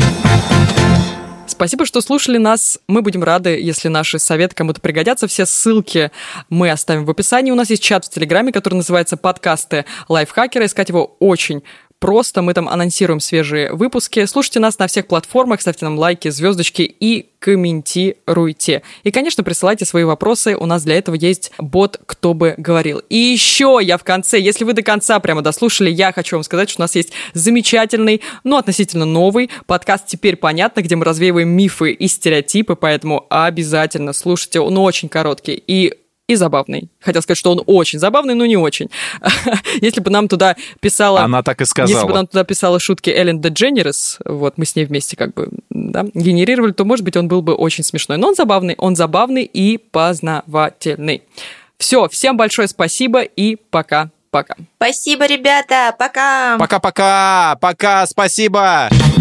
Спасибо, что слушали нас. Мы будем рады, если наши советы кому-то пригодятся. Все ссылки мы оставим в описании. У нас есть чат в Телеграме, который называется «Подкасты Лайфхакера». Искать его очень просто. Мы там анонсируем свежие выпуски. Слушайте нас на всех платформах, ставьте нам лайки, звездочки и комментируйте. И, конечно, присылайте свои вопросы. У нас для этого есть бот «Кто бы говорил». И еще я в конце, если вы до конца прямо дослушали, я хочу вам сказать, что у нас есть замечательный, но относительно новый подкаст «Теперь понятно», где мы развеиваем мифы и стереотипы, поэтому обязательно слушайте. Он очень короткий и и забавный. Хотел сказать, что он очень забавный, но не очень. Если бы нам туда писала... Она так и сказала. Если бы нам туда писала шутки Эллен Дедженерес, вот, мы с ней вместе как бы, да, генерировали, то, может быть, он был бы очень смешной. Но он забавный, он забавный и познавательный. Все, всем большое спасибо и пока-пока. Спасибо, ребята, пока! Пока-пока! Пока, спасибо!